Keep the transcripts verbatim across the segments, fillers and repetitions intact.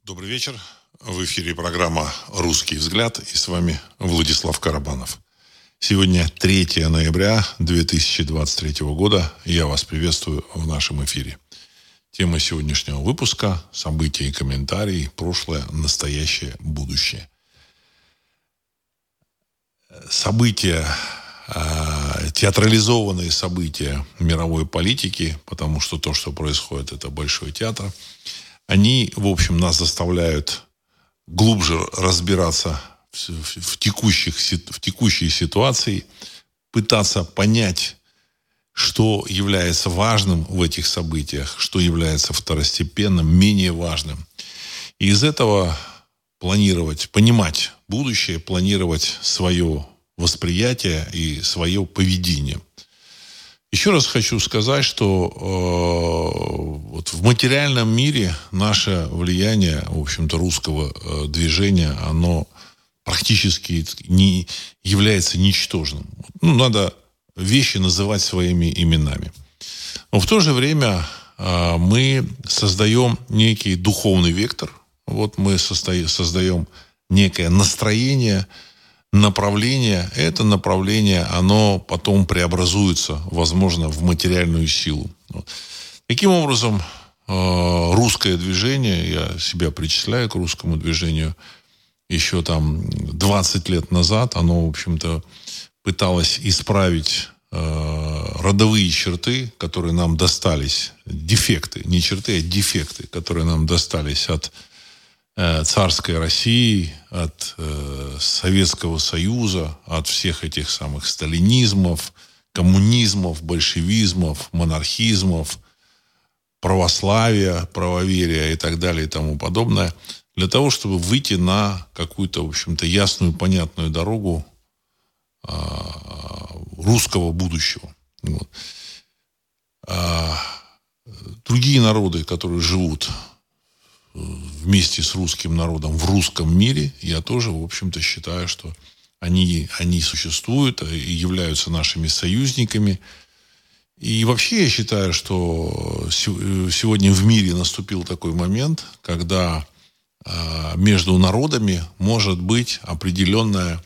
Добрый вечер. В эфире программа «Русский взгляд». И с вами Владислав Карабанов. Сегодня третьего ноября две тысячи двадцать третьего года. Я вас приветствую в нашем эфире. Тема сегодняшнего выпуска – события и комментарии, прошлое, настоящее, будущее. События, театрализованные события мировой политики, потому что то, что происходит, это большой театр, они, в общем, нас заставляют глубже разбираться в, в, в, текущих, в текущей ситуации, пытаться понять, что является важным в этих событиях, что является второстепенным, менее важным. И из этого планировать, понимать будущее, планировать свое восприятие и свое поведение. Еще раз хочу сказать, что э, вот в материальном мире наше влияние, в общем-то, русского э, движения, оно практически не является ничтожным. Ну, надо вещи называть своими именами. Но в то же время э, мы создаем некий духовный вектор. Вот мы созда- создаем некое настроение, направление. Это направление, оно потом преобразуется, возможно, в материальную силу. Таким образом, э, русское движение, я себя причисляю к русскому движению, еще там двадцать лет назад, оно, в общем-то, пыталось исправить родовые черты, которые нам достались, дефекты, не черты, а дефекты, которые нам достались от э, царской России, от э, Советского Союза, от всех этих самых сталинизмов, коммунизмов, большевизмов, монархизмов, православия, правоверия и так далее и тому подобное, для того, чтобы выйти на какую-то, в общем-то, ясную, понятную дорогу русского будущего. Вот. А другие народы, которые живут вместе с русским народом в русском мире, я тоже, в общем-то, считаю, что они, они существуют и являются нашими союзниками. И вообще я считаю, что сегодня в мире наступил такой момент, когда между народами может быть определенная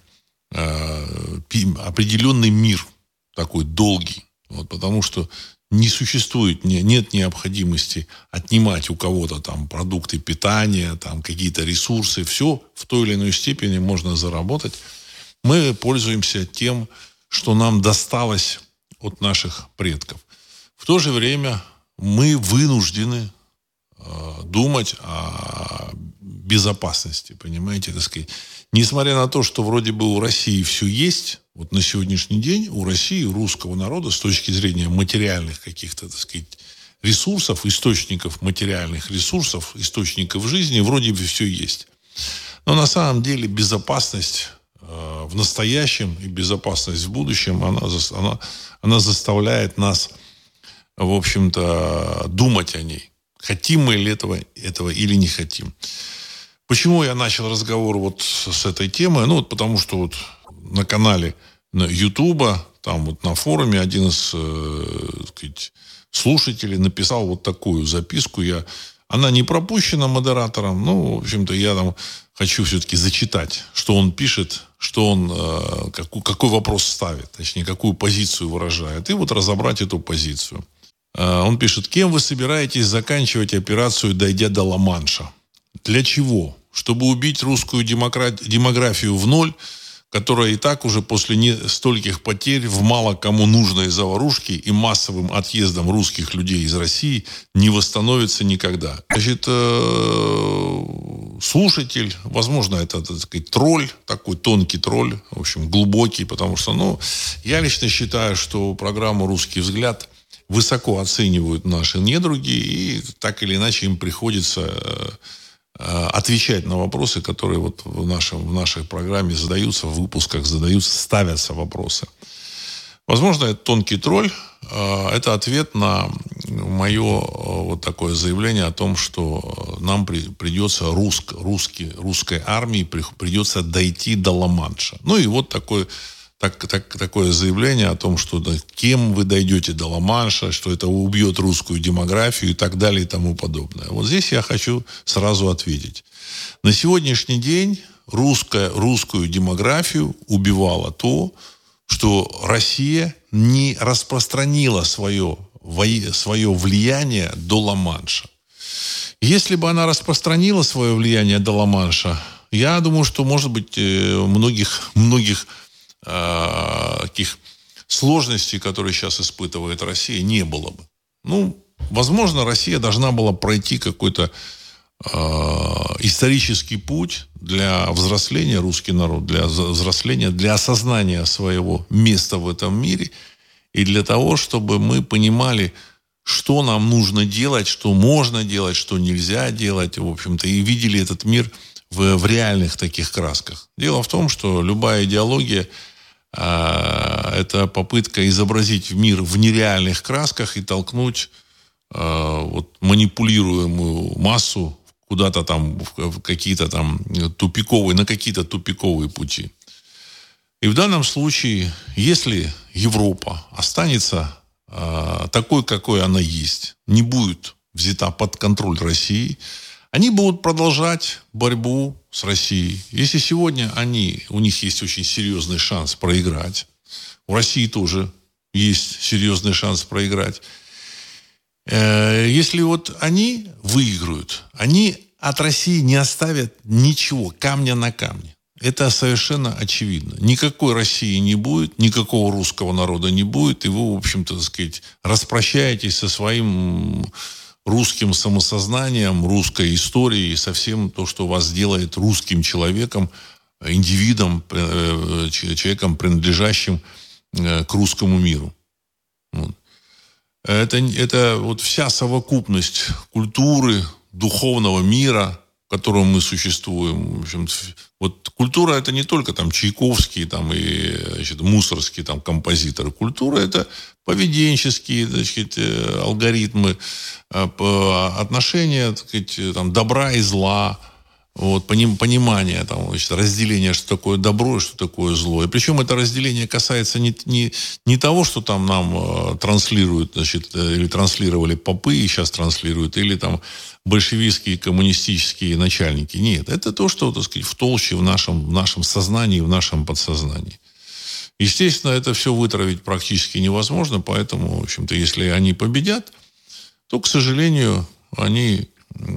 определенный мир такой долгий. Вот, потому что не существует, не, нет необходимости отнимать у кого-то там продукты питания, там какие-то ресурсы. Все в той или иной степени можно заработать. Мы пользуемся тем, что нам досталось от наших предков. В то же время мы вынуждены э, думать о безопасности, понимаете, так сказать. Несмотря на то, что вроде бы у России все есть, вот на сегодняшний день у России, у русского народа с точки зрения материальных каких-то, так сказать, ресурсов, источников материальных ресурсов, источников жизни, вроде бы все есть. Но на самом деле безопасность э, в настоящем и безопасность в будущем, она, она, она заставляет нас, в общем-то, думать о ней. Хотим мы ли этого, этого или не хотим. Почему я начал разговор вот с этой темой? Ну, вот потому что вот на канале на Ютуба, там вот на форуме один из э, так сказать, слушателей написал вот такую записку. Я, она не пропущена модератором, ну, в общем-то, я там хочу все-таки зачитать, что он пишет, что он, э, какой, какой вопрос ставит, точнее, какую позицию выражает, и вот разобрать эту позицию. Э, он пишет: кем вы собираетесь заканчивать операцию, дойдя до Ла-Манша? Для чего? Чтобы убить русскую демографию в ноль, которая и так уже после не стольких потерь в мало кому нужной заварушке и массовым отъездом русских людей из России не восстановится никогда. Значит, слушатель, возможно, это, так сказать, тролль, такой тонкий тролль, в общем, глубокий, потому что, ну, я лично считаю, что программу «Русский взгляд» высоко оценивают наши недруги, и так или иначе им приходится отвечать на вопросы, которые вот в, нашем, в нашей программе задаются, в выпусках задаются, ставятся вопросы. Возможно, это тонкий тролль. Это ответ на мое вот такое заявление о том, что нам придется русск, русский, русской армии придется дойти до Ла-Манша. Ну и вот такой так, так, такое заявление о том, что да, кем вы дойдете до Ла-Манша, что это убьет русскую демографию и так далее и тому подобное. Вот здесь я хочу сразу ответить. На сегодняшний день русская, русскую демографию убивало то, что Россия не распространила свое, свое влияние до Ла-Манша. Если бы она распространила свое влияние до Ла-Манша, я думаю, что, может быть, многих, многих э, таких сложностей, которые сейчас испытывает Россия, не было бы. Ну, возможно, Россия должна была пройти какой-то э, исторический путь для взросления, русский народ, для взросления, для осознания своего места в этом мире и для того, чтобы мы понимали, что нам нужно делать, что можно делать, что нельзя делать, в общем-то, и видели этот мир в, в реальных таких красках. Дело в том, что любая идеология э, – это попытка изобразить мир в нереальных красках и толкнуть э, вот, манипулируемую массу куда-то там, в какие-то там тупиковые, на какие-то тупиковые пути. И в данном случае, если Европа останется такой, какой она есть, не будет взята под контроль России, они будут продолжать борьбу с Россией. Если сегодня они, у них есть очень серьезный шанс проиграть, у России тоже есть серьезный шанс проиграть. Если вот они выиграют, они от России не оставят ничего, камня на камне. Это совершенно очевидно. Никакой России не будет, никакого русского народа не будет, и вы, в общем-то, так сказать, распрощаетесь со своим русским самосознанием, русской историей, со всем то, что вас делает русским человеком, индивидом, человеком, принадлежащим к русскому миру. Вот. Это, это вот вся совокупность культуры, духовного мира, в котором мы существуем. В общем, вот культура — это не только там Чайковский там, и значит, мусорские там, композиторы. Культура — это поведенческие, значит, алгоритмы, отношения, так сказать, там, добра и зла, вот, понимание, там, значит, разделение, что такое добро и что такое зло. И причем это разделение касается не, не, не того, что там нам э, транслируют, значит, или транслировали попы и сейчас транслируют, или там большевистские коммунистические начальники. Нет, это то, что, так сказать, в толще, в нашем, в нашем сознании, в нашем подсознании. Естественно, это все вытравить практически невозможно, поэтому, в общем-то, если они победят, то, к сожалению, они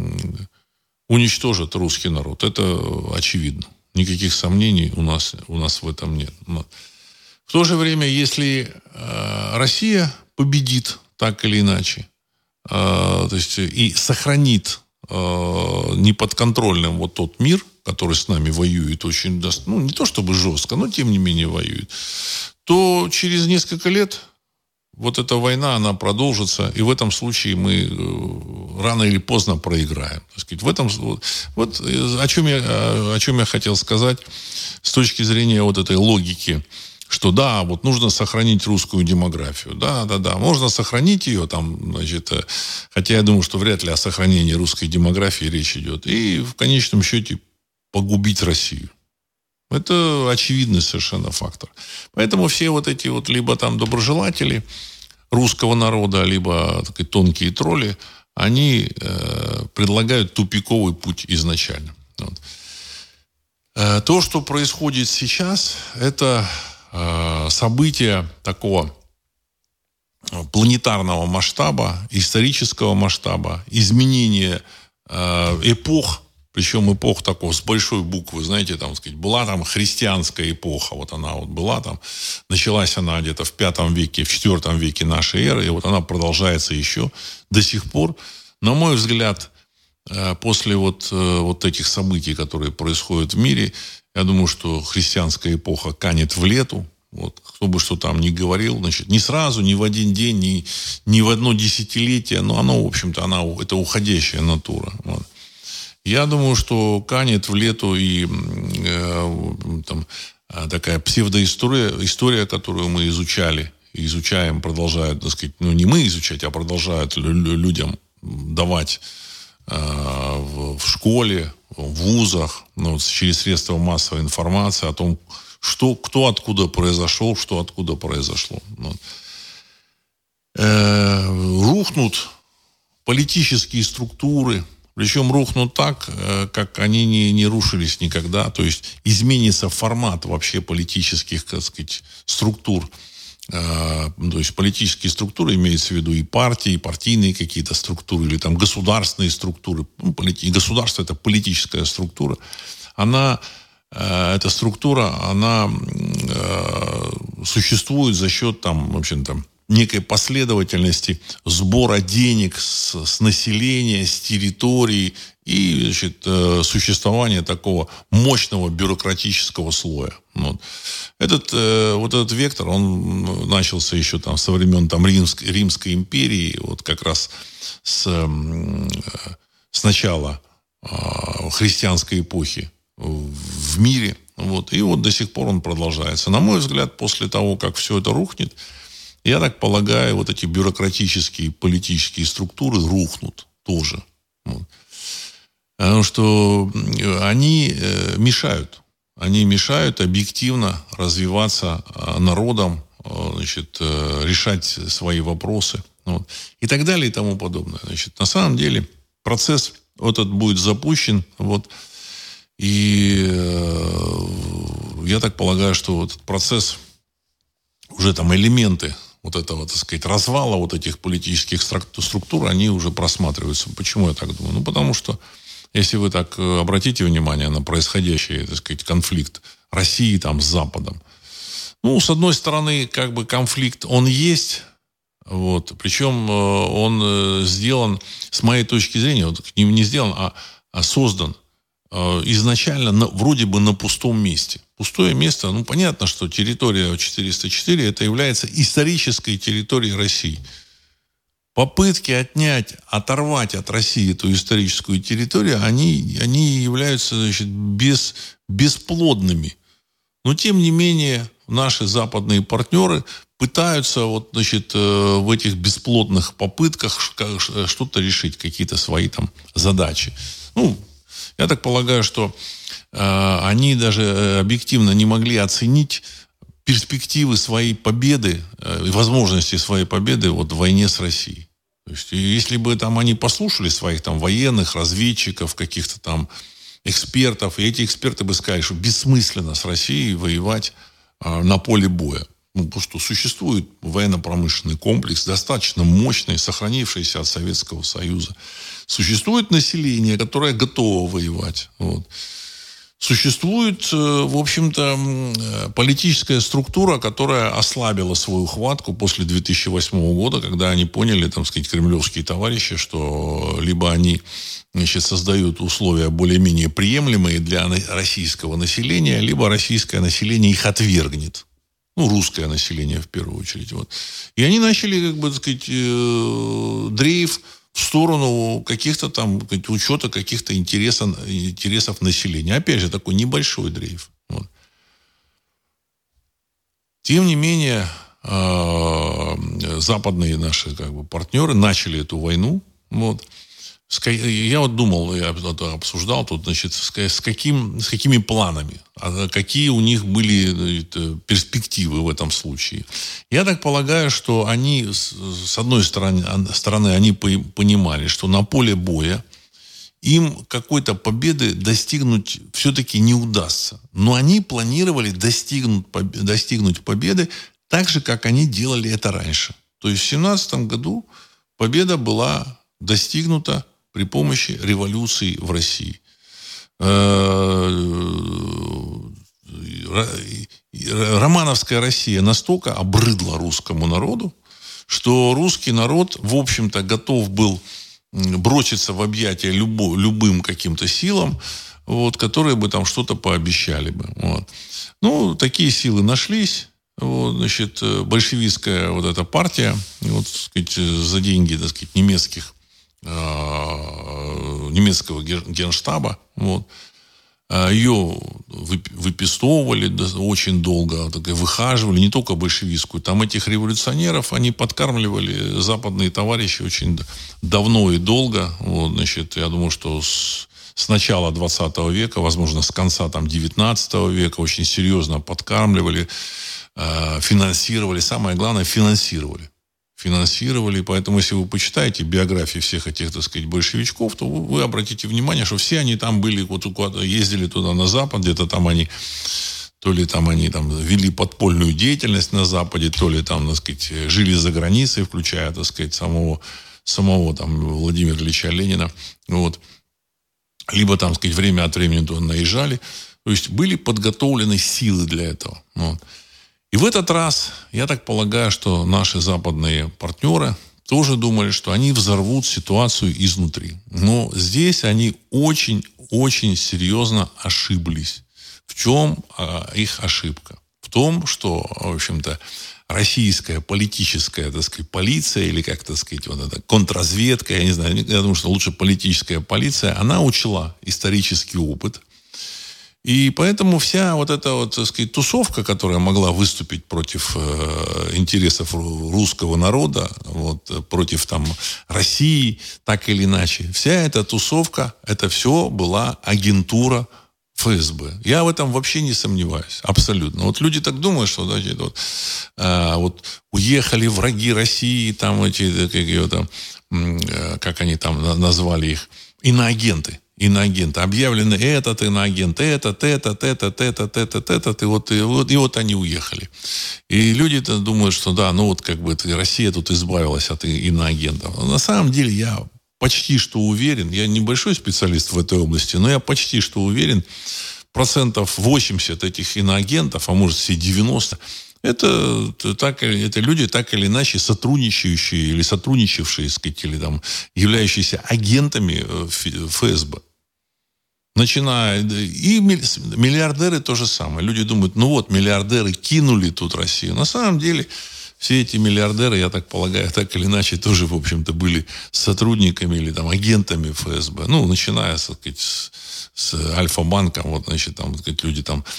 уничтожат русский народ. Это очевидно. Никаких сомнений у нас, у нас в этом нет. В то же время, если э, Россия победит так или иначе, э, то есть и сохранит э, неподконтрольным вот тот мир, который с нами воюет очень, ну, не то чтобы жестко, но тем не менее воюет, то через несколько лет вот эта война, она продолжится, и в этом случае мы рано или поздно проиграем. Так сказать, в этом, вот, вот о чем я, о чем я хотел сказать с точки зрения вот этой логики, что да, вот нужно сохранить русскую демографию. Да, да, да, можно сохранить ее, там, значит, хотя я думаю, что вряд ли о сохранении русской демографии речь идет. И в конечном счете погубить Россию. Это очевидный совершенно фактор. Поэтому все вот эти вот либо там доброжелатели русского народа, либо, так сказать, тонкие тролли, они э, предлагают тупиковый путь изначально. Вот. Э, то, что происходит сейчас, это э, событие такого планетарного масштаба, исторического масштаба, изменения э, эпох. Причем эпох такого с большой буквы, знаете, там, сказать, была там христианская эпоха, вот она вот была там, началась она где-то в пятом веке, в четвертом веке нашей эры, и вот она продолжается еще до сих пор. На мой взгляд, после вот, вот этих событий, которые происходят в мире, я думаю, что христианская эпоха канет в лету. Вот, кто бы что там ни говорил, значит, не сразу, не в один день, не, не в одно десятилетие, но оно, в общем-то, она, это уходящая натура. Вот. Я думаю, что канет в лету и э, там, такая псевдоистория, история, которую мы изучали, изучаем, продолжают, так сказать, ну не мы изучать, а продолжают людям давать э, в, в школе, в вузах, ну, через средства массовой информации о том, что, кто откуда произошел, что откуда произошло. Вот. Э, рухнут политические структуры, причем рухнут так, как они не, не рушились никогда. То есть изменится формат вообще политических, так сказать, структур. То есть политические структуры, имеется в виду и партии, и партийные какие-то структуры, или там государственные структуры. Ну, полити... Государство – это политическая структура. Она, эта структура, она существует за счет там, в общем, там, некой последовательности сбора денег с, с населения, с территории и, значит, существования такого мощного бюрократического слоя. Вот. Этот, вот этот вектор, он начался еще там со времен там, Римской, Римской империи, вот как раз с, с начала христианской эпохи в мире. Вот. И вот до сих пор он продолжается. На мой взгляд, после того, как все это рухнет, я так полагаю, вот эти бюрократические, политические структуры рухнут тоже. Вот. Потому что они мешают. Они мешают объективно развиваться народам, значит, решать свои вопросы. Вот. И так далее и тому подобное. Значит, на самом деле процесс вот этот будет запущен. Вот, и я так полагаю, что вот этот процесс, уже там элементы вот этого, так сказать, развала вот этих политических структур, они уже просматриваются. Почему я так думаю? Ну, потому что, если вы так обратите внимание на происходящий, так сказать, конфликт России там с Западом, ну, с одной стороны, как бы конфликт, он есть, вот, причем он сделан, с моей точки зрения, вот, не, не сделан, а, а создан изначально на, вроде бы на пустом месте. Пустое место, ну, понятно, что территория четыреста четыре это является исторической территорией России. Попытки отнять, оторвать от России эту историческую территорию, они, они являются, значит, без, бесплодными. Но, тем не менее, наши западные партнеры пытаются вот, значит, в этих бесплодных попытках что-то решить, какие-то свои там задачи. Ну, я так полагаю, что э, они даже объективно не могли оценить перспективы своей победы, э, возможности своей победы вот, в войне с Россией. То есть, если бы там они послушали своих там военных, разведчиков, каких-то там экспертов, и эти эксперты бы сказали, что бессмысленно с Россией воевать э, на поле боя. Ну, потому что существует военно-промышленный комплекс, достаточно мощный, сохранившийся от Советского Союза. Существует население, которое готово воевать. Вот. Существует, в общем-то, политическая структура, которая ослабила свою хватку после две тысячи восьмого года, когда они поняли, там, сказать, кремлевские товарищи, что либо они, значит, создают условия более-менее приемлемые для российского населения, либо российское население их отвергнет. Ну, русское население в первую очередь. Вот. И они начали, как бы, так сказать, дрейф в сторону каких-то там, учета каких-то интересов, интересов населения. Опять же, такой небольшой дрейф. Вот. Тем не менее, западные наши, как бы, партнеры начали эту войну. Вот. Я вот думал, я обсуждал тут, значит, с, каким, с какими планами, какие у них были перспективы в этом случае. Я так полагаю, что они, с одной стороны, стороны они понимали, что на поле боя им какой-то победы достигнуть все-таки не удастся. Но они планировали достигнуть, достигнуть победы так же, как они делали это раньше. То есть в семнадцатом году победа была достигнута при помощи революции в России. Романовская Россия настолько обрыдла русскому народу, что русский народ, в общем-то, готов был броситься в объятия любо, любым каким-то силам, вот, которые бы там что-то пообещали бы. Вот. Ну, такие силы нашлись. Вот, значит, большевистская вот эта партия, вот, так сказать, за деньги, так сказать, немецких немецкого генштаба. Вот. Ее выпестовывали очень долго, выхаживали, не только большевистскую. Там этих революционеров они подкармливали западные товарищи очень давно и долго. Вот, значит, я думаю, что с, с начала двадцатого века, возможно, с конца там девятнадцатого века очень серьезно подкармливали, э, финансировали. Самое главное, финансировали. Финансировали. Поэтому, если вы почитаете биографии всех этих, так сказать, большевичков, то вы, вы обратите внимание, что все они там были, вот ездили туда на Запад, где-то там они... То ли там они там вели подпольную деятельность на Западе, то ли там, так сказать, жили за границей, включая, так сказать, самого, самого там Владимира Ильича Ленина. Вот. Либо там, так сказать, время от времени туда наезжали. То есть были подготовлены силы для этого. Вот. И в этот раз, я так полагаю, что наши западные партнеры тоже думали, что они взорвут ситуацию изнутри. Но здесь они очень-очень серьезно ошиблись. В чем а, их ошибка? В том, что, в общем-то, российская политическая, так сказать, полиция, или как, так сказать, вот эта контрразведка, я не знаю, я думаю, что лучше политическая полиция, она учла исторический опыт. И поэтому вся вот эта вот, так сказать, тусовка, которая могла выступить против э, интересов русского народа, вот, против там России, так или иначе, вся эта тусовка, это все была агентура эф эс бэ. Я в этом вообще не сомневаюсь. Абсолютно. Вот люди так думают, что значит, вот, а, вот уехали враги России, там эти, как, ее, там, как они там назвали их, иноагенты. Иноагенты. Объявлены этот иноагент, этот, этот, этот, этот, этот, этот. И вот, и вот, и вот они уехали. И люди-то думают, что да, ну вот как бы Россия тут избавилась от иноагентов. Но на самом деле я почти что уверен, я небольшой специалист в этой области, но я почти что уверен, процентов восемьдесят этих иноагентов, а может все девяносто, это, так, это люди, так или иначе сотрудничающие или сотрудничавшие, сказать, или там, являющиеся агентами эф эс бэ. Начиная... И миллиардеры то же самое. Люди думают, ну вот, миллиардеры кинули тут Россию. На самом деле... Все эти миллиардеры, я так полагаю, так или иначе тоже, в общем-то, были сотрудниками или там агентами эф эс бэ. Ну, начиная, так сказать, с, с Альфа-банком, вот, значит, там, так сказать, люди там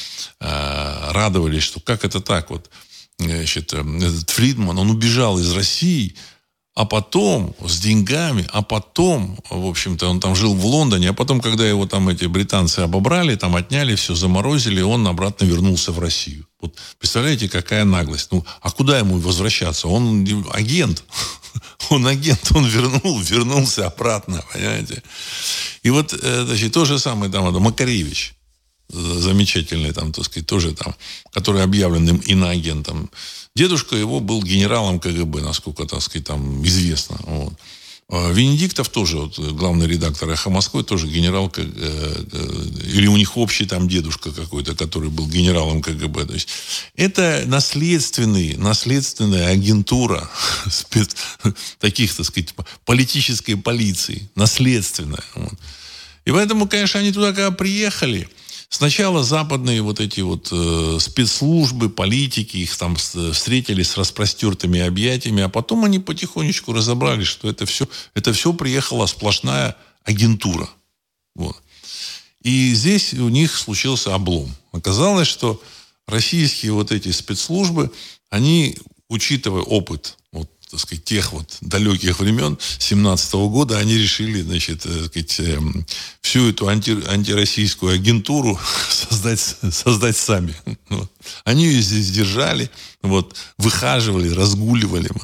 э, радовались, что как это так, вот, значит, этот Фридман, он убежал из России, а потом с деньгами, а потом, в общем-то, он там жил в Лондоне, а потом, когда его там эти британцы обобрали, там отняли, все заморозили, он обратно вернулся в Россию. Вот представляете, какая наглость. Ну, а куда ему возвращаться? Он агент. Он агент, он вернул, вернулся обратно, понимаете. И вот, значит, то же самое там, это Макаревич, замечательный там, так сказать, тоже там, который объявлен им иноагентом. Дедушка его был генералом ка гэ бэ, насколько, так сказать, там известно. Вот. Венедиктов тоже, вот, главный редактор «Эхо Москвы», тоже генерал, э, э, или у них общий там дедушка какой-то, который был генералом ка гэ бэ. То есть это наследственный, наследственная агентура спец, таких, так сказать, политической полиции, наследственная. Вот. И поэтому, конечно, они туда, когда приехали, сначала западные вот эти вот э, спецслужбы, политики, их там встретили с распростертыми объятиями, а потом они потихонечку разобрались, что это все, это все приехала сплошная агентура. Вот. И здесь у них случился облом. Оказалось, что российские вот эти спецслужбы, они, учитывая опыт, вот, так сказать, тех вот далеких времен, семнадцатого года, они решили, значит, так сказать, всю эту анти, антироссийскую агентуру создать, создать сами. Вот. Они ее здесь держали, вот, выхаживали, разгуливали. Вот.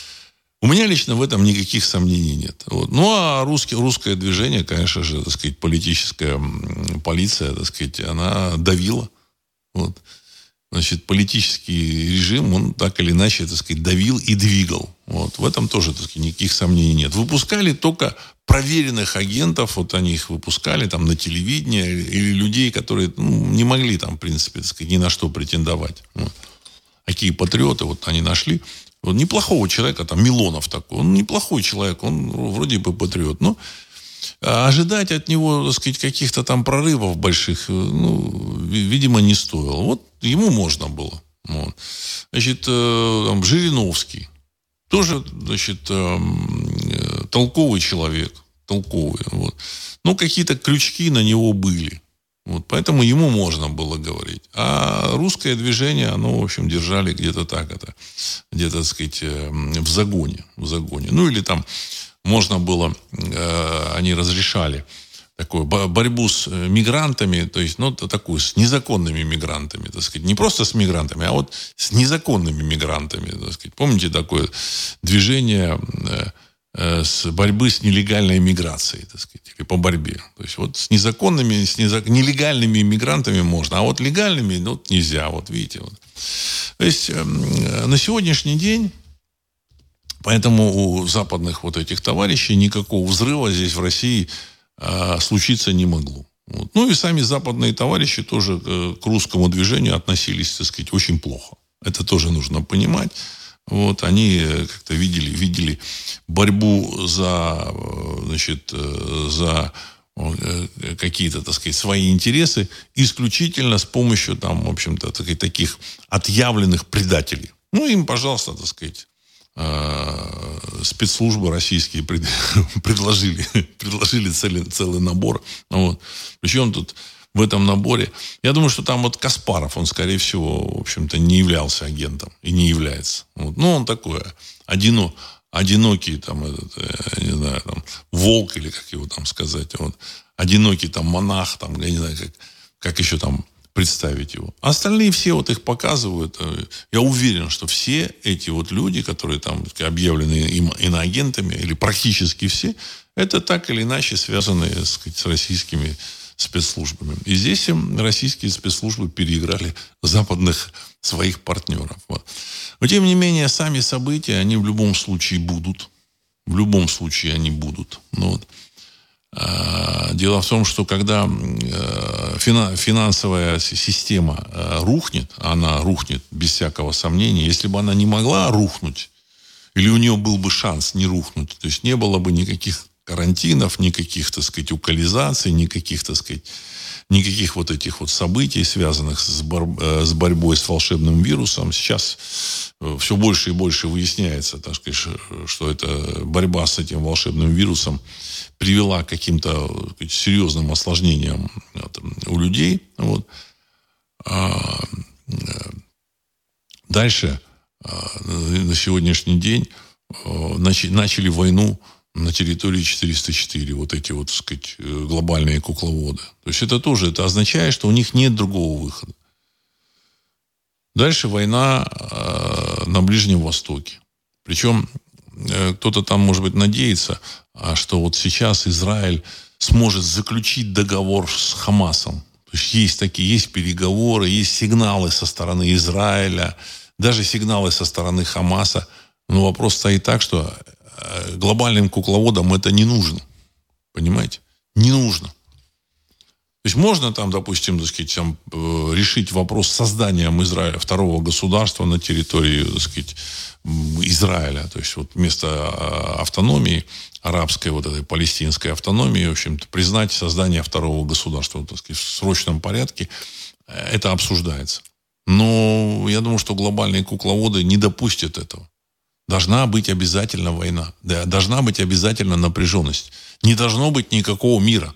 У меня лично в этом никаких сомнений нет. Вот. Ну, а русский, русское движение, конечно же, так сказать, политическая полиция, так сказать, она давила. Вот. Значит, политический режим, он так или иначе, так сказать, давил и двигал. Вот. В этом тоже, так сказать, никаких сомнений нет. Выпускали только проверенных агентов, вот они их выпускали там на телевидении, или людей, которые, ну, не могли там, в принципе, так сказать, ни на что претендовать. Вот. Какие патриоты вот они нашли. Вот неплохого человека, там, Милонов такой, он неплохой человек, он вроде бы патриот, но ожидать от него, так сказать, каких-то там прорывов больших, ну, видимо, не стоило. Вот ему можно было. Вот. Значит, там, Жириновский. Тоже, значит, толковый человек. Толковый. Вот. Но какие-то крючки на него были. Вот. Поэтому ему можно было говорить. А русское движение, оно, в общем, держали где-то так, это, где-то, так сказать, в загоне. В загоне. Ну, или там можно было, э, они разрешали, такую борьбу с мигрантами, то есть, ну, такую с незаконными мигрантами, так сказать, не просто с мигрантами, а вот с незаконными мигрантами, так сказать. Помните такое движение с борьбы с нелегальной миграцией, так сказать, или по борьбе. То есть вот с незаконными, с незак... нелегальными мигрантами можно, а вот легальными, ну, нельзя, вот видите. Вот. То есть э, на сегодняшний день, поэтому у западных вот этих товарищей никакого взрыва здесь в России э, случиться не могло. Вот. Ну и сами западные товарищи тоже э, к русскому движению относились, так сказать, очень плохо. Это тоже нужно понимать. Вот, они как-то видели, видели борьбу за, значит, за какие-то, так сказать, свои интересы исключительно с помощью, там, в общем-то, таких отъявленных предателей. Ну, им, пожалуйста, так сказать, спецслужбы российские предложили, предложили целый, целый набор. Вот. Причем тут в этом наборе. Я думаю, что там вот Каспаров, он, скорее всего, в общем-то, не являлся агентом и не является. Вот. Ну, он такой одино, одинокий, там, этот, я не знаю, там, волк, или как его там сказать, вот, одинокий там монах, там, я не знаю, как, как еще там представить его. А остальные все вот их показывают. Я уверен, что все эти вот люди, которые там объявлены им иноагентами, или практически все, это так или иначе связаны, так сказать, с российскими спецслужбами. И здесь российские спецслужбы переиграли западных своих партнеров. Вот. Но, тем не менее, сами события, они в любом случае будут. В любом случае они будут. Ну, вот. а, дело в том, что когда а, фина, финансовая система а, рухнет, она рухнет без всякого сомнения. Если бы она не могла рухнуть, или у нее был бы шанс не рухнуть, то есть не было бы никаких карантинов, никаких, так сказать, укализаций, никаких, так сказать, никаких вот этих вот событий, связанных с, бор- с борьбой с волшебным вирусом. Сейчас все больше и больше выясняется, так сказать, что эта борьба с этим волшебным вирусом привела к каким-то, так сказать, серьезным осложнениям у людей. Вот. А дальше, на сегодняшний день, начали войну на территории четыреста четыре, вот эти вот, так сказать, глобальные кукловоды. То есть это тоже, это означает, что у них нет другого выхода. Дальше война э, на Ближнем Востоке. Причем э, кто-то там, может быть, надеется, а что вот сейчас Израиль сможет заключить договор с Хамасом. То есть есть такие, есть переговоры, есть сигналы со стороны Израиля, даже сигналы со стороны Хамаса. Но вопрос стоит так, что глобальным кукловодам это не нужно. Понимаете? Не нужно. То есть можно там, допустим, так сказать, там, решить вопрос с созданием Израиля, второго государства на территории, так сказать, Израиля. То есть вот вместо автономии, арабской вот этой палестинской автономии, в общем-то, признать создание второго государства, так сказать, в срочном порядке. Это обсуждается. Но я думаю, что глобальные кукловоды не допустят этого. Должна быть обязательно война. Да, должна быть обязательно напряженность. Не должно быть никакого мира.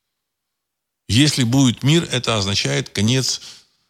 Если будет мир, это означает конец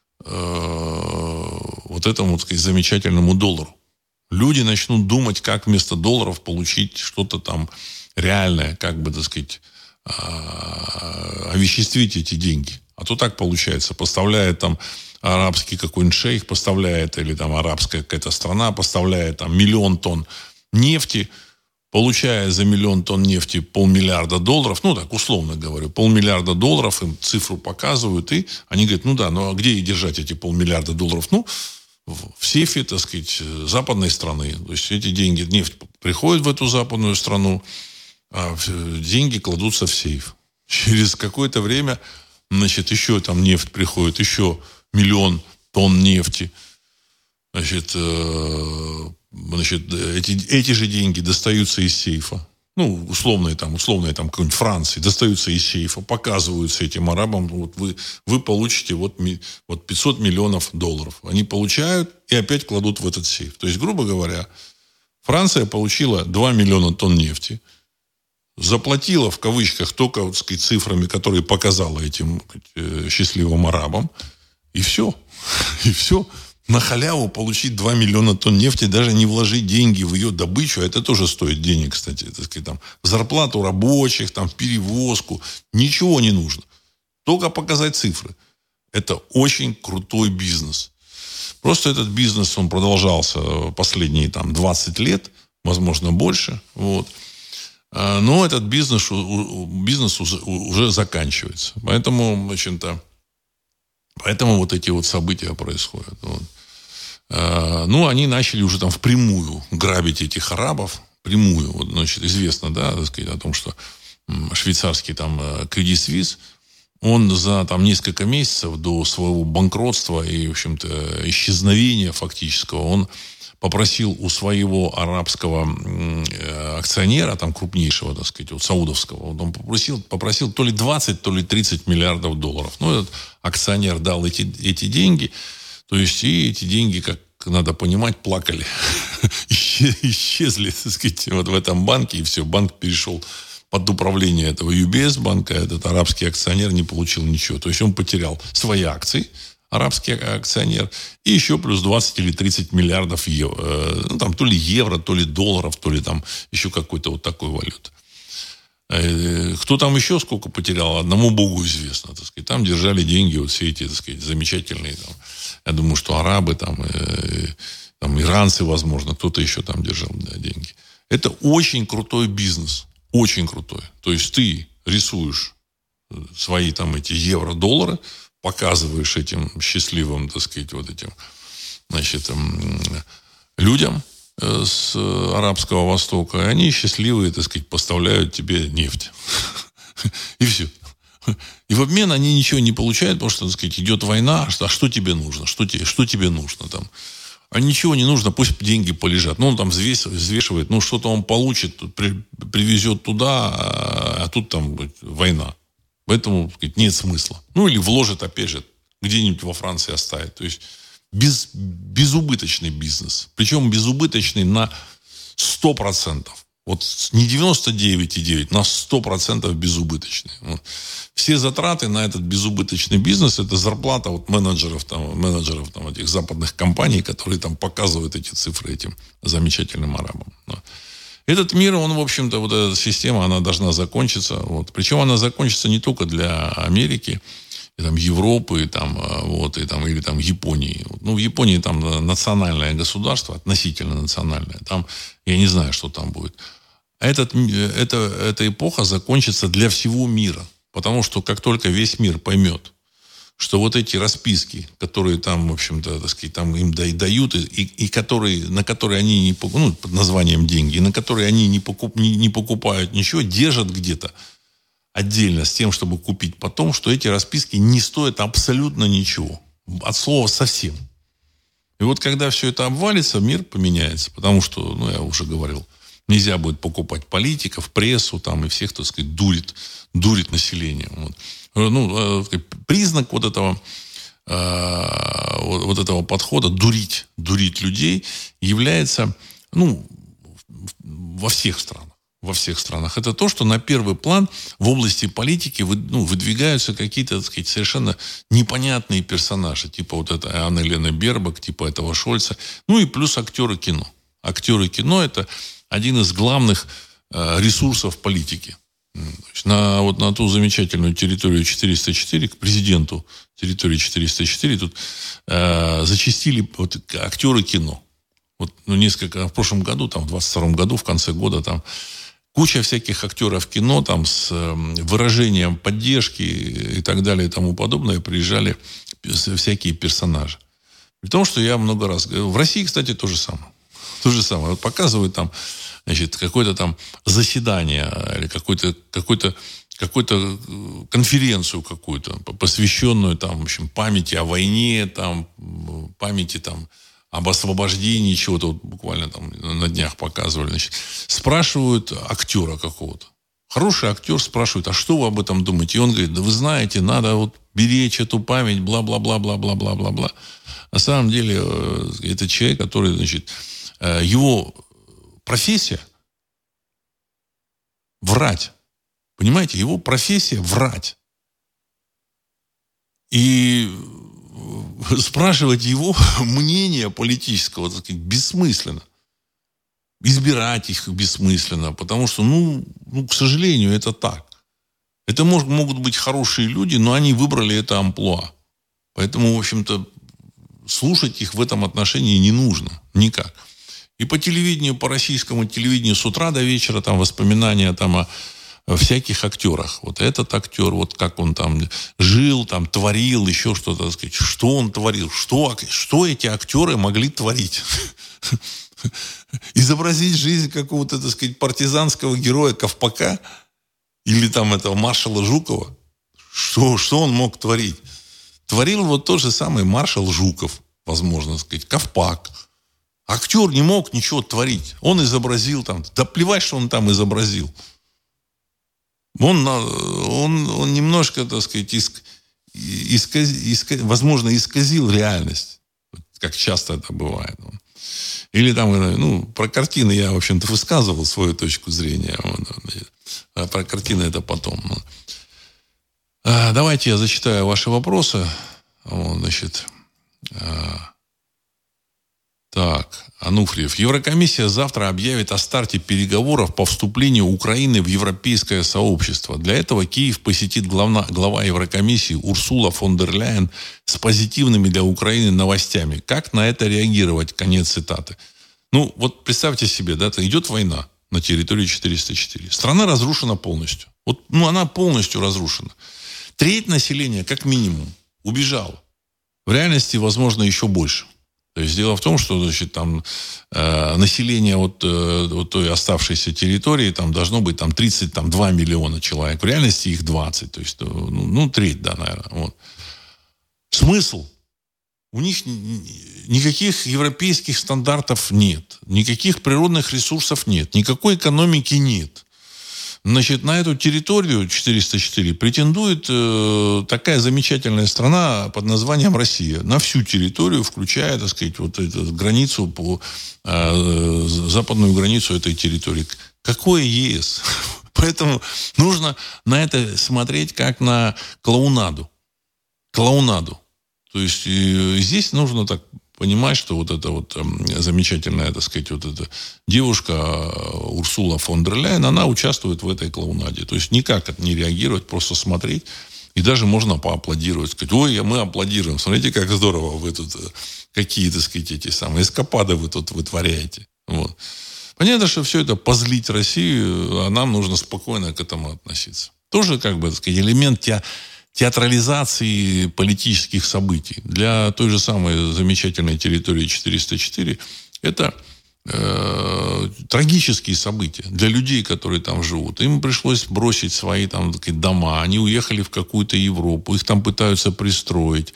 э, вот этому, так сказать, замечательному доллару. Люди начнут думать, как вместо долларов получить что-то там реальное, как бы, так сказать, э, овеществить эти деньги. А то так получается. Поставляет там арабский какой-нибудь шейх, поставляет, или там арабская какая-то страна поставляет там миллион тонн нефти, получая за миллион тонн нефти полмиллиарда долларов, ну так условно говорю, полмиллиарда долларов, им цифру показывают, и они говорят, ну да, ну а где и держать эти полмиллиарда долларов? Ну, в сейфе, так сказать, западной страны. То есть эти деньги, нефть приходит в эту западную страну, а деньги кладутся в сейф. Через какое-то время, значит, еще там нефть приходит, еще миллион тонн нефти. Значит, э, значит эти, эти же деньги достаются из сейфа. Ну, условные там, условные там какой-нибудь Франции, достаются из сейфа, показываются этим арабам. Вот вы, вы получите вот, вот пятьсот миллионов долларов. Они получают и опять кладут в этот сейф. То есть, грубо говоря, Франция получила два миллиона тонн нефти, заплатила в кавычках только, так сказать, цифрами, которые показала этим, так сказать, счастливым арабам. И все. И все. на халяву получить два миллиона тонн нефти, даже не вложить деньги в ее добычу, а это тоже стоит денег, кстати, так сказать, там, в зарплату рабочих, там, в перевозку, ничего не нужно. Только показать цифры. Это очень крутой бизнес. Просто этот бизнес, он продолжался последние там, двадцать лет, возможно, больше. Вот. Но этот бизнес, бизнес уже заканчивается. Поэтому, в общем-то, поэтому вот эти вот события происходят. Вот. Ну, они начали уже там впрямую грабить этих арабов. Прямую. Вот, значит, известно, да, так сказать, о том, что швейцарский там Credit Suisse, он за там, несколько месяцев до своего банкротства и, в общем-то, исчезновения фактического, он попросил у своего арабского акционера, там, крупнейшего, так сказать, вот, саудовского, он попросил, попросил то ли двадцать, то ли тридцать миллиардов долларов. Ну, этот акционер дал эти, эти деньги, то есть, и эти деньги, как надо понимать, плакали. Исчезли, так сказать, вот в этом банке, и все, банк перешел под управление этого ю би эс банка, этот арабский акционер не получил ничего. То есть он потерял свои акции, арабский акционер, и еще плюс двадцать или тридцать миллиардов евро. Ну, там, то ли евро, то ли долларов, то ли там еще какой-то вот такой валюты. Кто там еще сколько потерял, одному Богу известно. Так сказать. Там держали деньги вот все эти, так сказать, замечательные. Там, я думаю, что арабы, там, э, там, иранцы, возможно, кто-то еще там держал, да, деньги. Это очень крутой бизнес. Очень крутой. То есть ты рисуешь свои там эти евро-доллары, показываешь этим счастливым, так сказать, вот этим, значит, людям с Арабского Востока, и они счастливые, так сказать, поставляют тебе нефть. И все. И в обмен они ничего не получают, потому что, так сказать, идет война, а что тебе нужно? Что тебе, что тебе нужно там? А ничего не нужно, пусть деньги полежат. Ну, он там взвешивает, ну, что-то он получит, при, привезет туда, а, а тут там война. Поэтому, так сказать, нет смысла. Ну, или вложит, опять же, где-нибудь во Франции оставит. То есть, без, безубыточный бизнес. Причем безубыточный на сто процентов. Вот не девяносто девять и девять, на сто процентов безубыточный. Вот. Все затраты на этот безубыточный бизнес — это зарплата вот менеджеров, там, менеджеров там, этих западных компаний, которые там показывают эти цифры этим замечательным арабам. Этот мир, он, в общем-то, вот эта система, она должна закончиться. Вот. Причем она закончится не только для Америки, и, там, Европы, и, там, вот, и, там, или там, Японии. Ну, в Японии там национальное государство, относительно национальное. Там, я не знаю, что там будет. А этот, это, эта эпоха закончится для всего мира. Потому что как только весь мир поймет, что вот эти расписки, которые там, в общем-то, так сказать, там им дают, и, и которые, на которые они не покупают, ну, под названием деньги, и на которые они не, покуп, не, не покупают ничего, держат где-то отдельно с тем, чтобы купить потом, что эти расписки не стоят абсолютно ничего. От слова совсем. И вот когда все это обвалится, мир поменяется. Потому что, ну, я уже говорил, нельзя будет покупать политиков, прессу там, и всех, так сказать, дурит, дурит население. Вот. Ну, признак вот этого, вот этого подхода дурить, дурить людей является, ну, во всех странах. Во всех странах. Это то, что на первый план в области политики вы, ну, выдвигаются какие-то, так сказать, совершенно непонятные персонажи. Типа вот это Анна Лена Бербак, типа этого Шольца. Ну и плюс актеры кино. Актеры кино — это один из главных э, ресурсов политики. То есть на, вот на ту замечательную территорию четыреста четыре, к президенту территории четыреста четыре, тут э, зачастили вот актеры кино. Вот, ну, несколько, в прошлом году, там, в двадцать втором году, в конце года, там, куча всяких актеров кино, там, с выражением поддержки и так далее и тому подобное приезжали всякие персонажи. При том, что я много раз говорил, в России, кстати, то же самое. То же самое. Вот показывают там, значит, какое-то там заседание или какой-то, какой-то, какую-то конференцию какую-то, посвященную там, в общем, памяти о войне, там, памяти там, об освобождении чего-то, вот буквально там на днях показывали. Значит, спрашивают актера какого-то. Хороший актер спрашивает, а что вы об этом думаете? И он говорит, да вы знаете, надо вот беречь эту память, бла-бла-бла-бла-бла-бла-бла-бла. На самом деле, это человек, который, значит, его профессия врать. Понимаете, его профессия врать. И спрашивать его мнение политического, так сказать, бессмысленно. Избирать их бессмысленно, потому что, ну, ну к сожалению, это так. Это мож, могут быть хорошие люди, но они выбрали это амплуа. Поэтому, в общем-то, слушать их в этом отношении не нужно. Никак. И по телевидению, по российскому телевидению с утра до вечера там воспоминания там о, о всяких актерах. Вот этот актер, вот как он там жил, там творил, еще что-то, так сказать. Что он творил? Что, что эти актеры могли творить? Изобразить жизнь какого-то, так сказать, партизанского героя Ковпака или там этого маршала Жукова. Что, что он мог творить? Творил вот тот же самый маршал Жуков, возможно сказать, Ковпак. Актер не мог ничего творить. Он изобразил там, да плевать, что он там изобразил. Он, он, он немножко, так сказать, иск, исказ, исказ, возможно, исказил реальность, как часто это бывает. Или там, ну, про картины я, в общем-то, высказывал свою точку зрения. А про картины это потом. Давайте я зачитаю ваши вопросы. Вот, значит, так, Ануфриев. Еврокомиссия завтра объявит о старте переговоров по вступлению Украины в европейское сообщество. Для этого Киев посетит главна, глава Еврокомиссии Урсула фон дер Ляйен с позитивными для Украины новостями. Как на это реагировать? Конец цитаты. Ну, вот представьте себе, да, идет война на территории четыреста четыре. Страна разрушена полностью. Вот, ну, она полностью разрушена. Треть населения, как минимум, убежала. В реальности, возможно, еще больше. То есть дело в том, что, значит, там э, население вот, э, вот той оставшейся территории там должно быть там тридцать два миллиона человек. В реальности их двадцать. То есть, ну, ну треть, да, наверное. Вот. Смысл? У них никаких европейских стандартов нет. Никаких природных ресурсов нет. Никакой экономики нет. Значит, на эту территорию четыреста четыре претендует э, такая замечательная страна под названием Россия. На всю территорию, включая, так сказать, вот эту границу, по, э, западную границу этой территории. Какое ЕС? Поэтому нужно на это смотреть как на клоунаду. Клоунаду. То есть э, здесь нужно так понимать, что вот эта вот э, замечательная, так сказать, вот эта девушка э, Урсула фон дер Ляйен, она участвует в этой клоунаде. То есть никак не реагировать, просто смотреть. И даже можно поаплодировать. Сказать, ой, мы аплодируем. Смотрите, как здорово вы тут, э, какие, так сказать, эти самые эскапады вы тут вытворяете. Вот. Понятно, что все это позлить Россию, а нам нужно спокойно к этому относиться. Тоже, как бы, так сказать, элемент театра. театрализации политических событий. Для той же самой замечательной территории четыреста четыре это э, трагические события для людей, которые там живут. Им пришлось бросить свои там, так сказать, дома. Они уехали в какую-то Европу. Их там пытаются пристроить.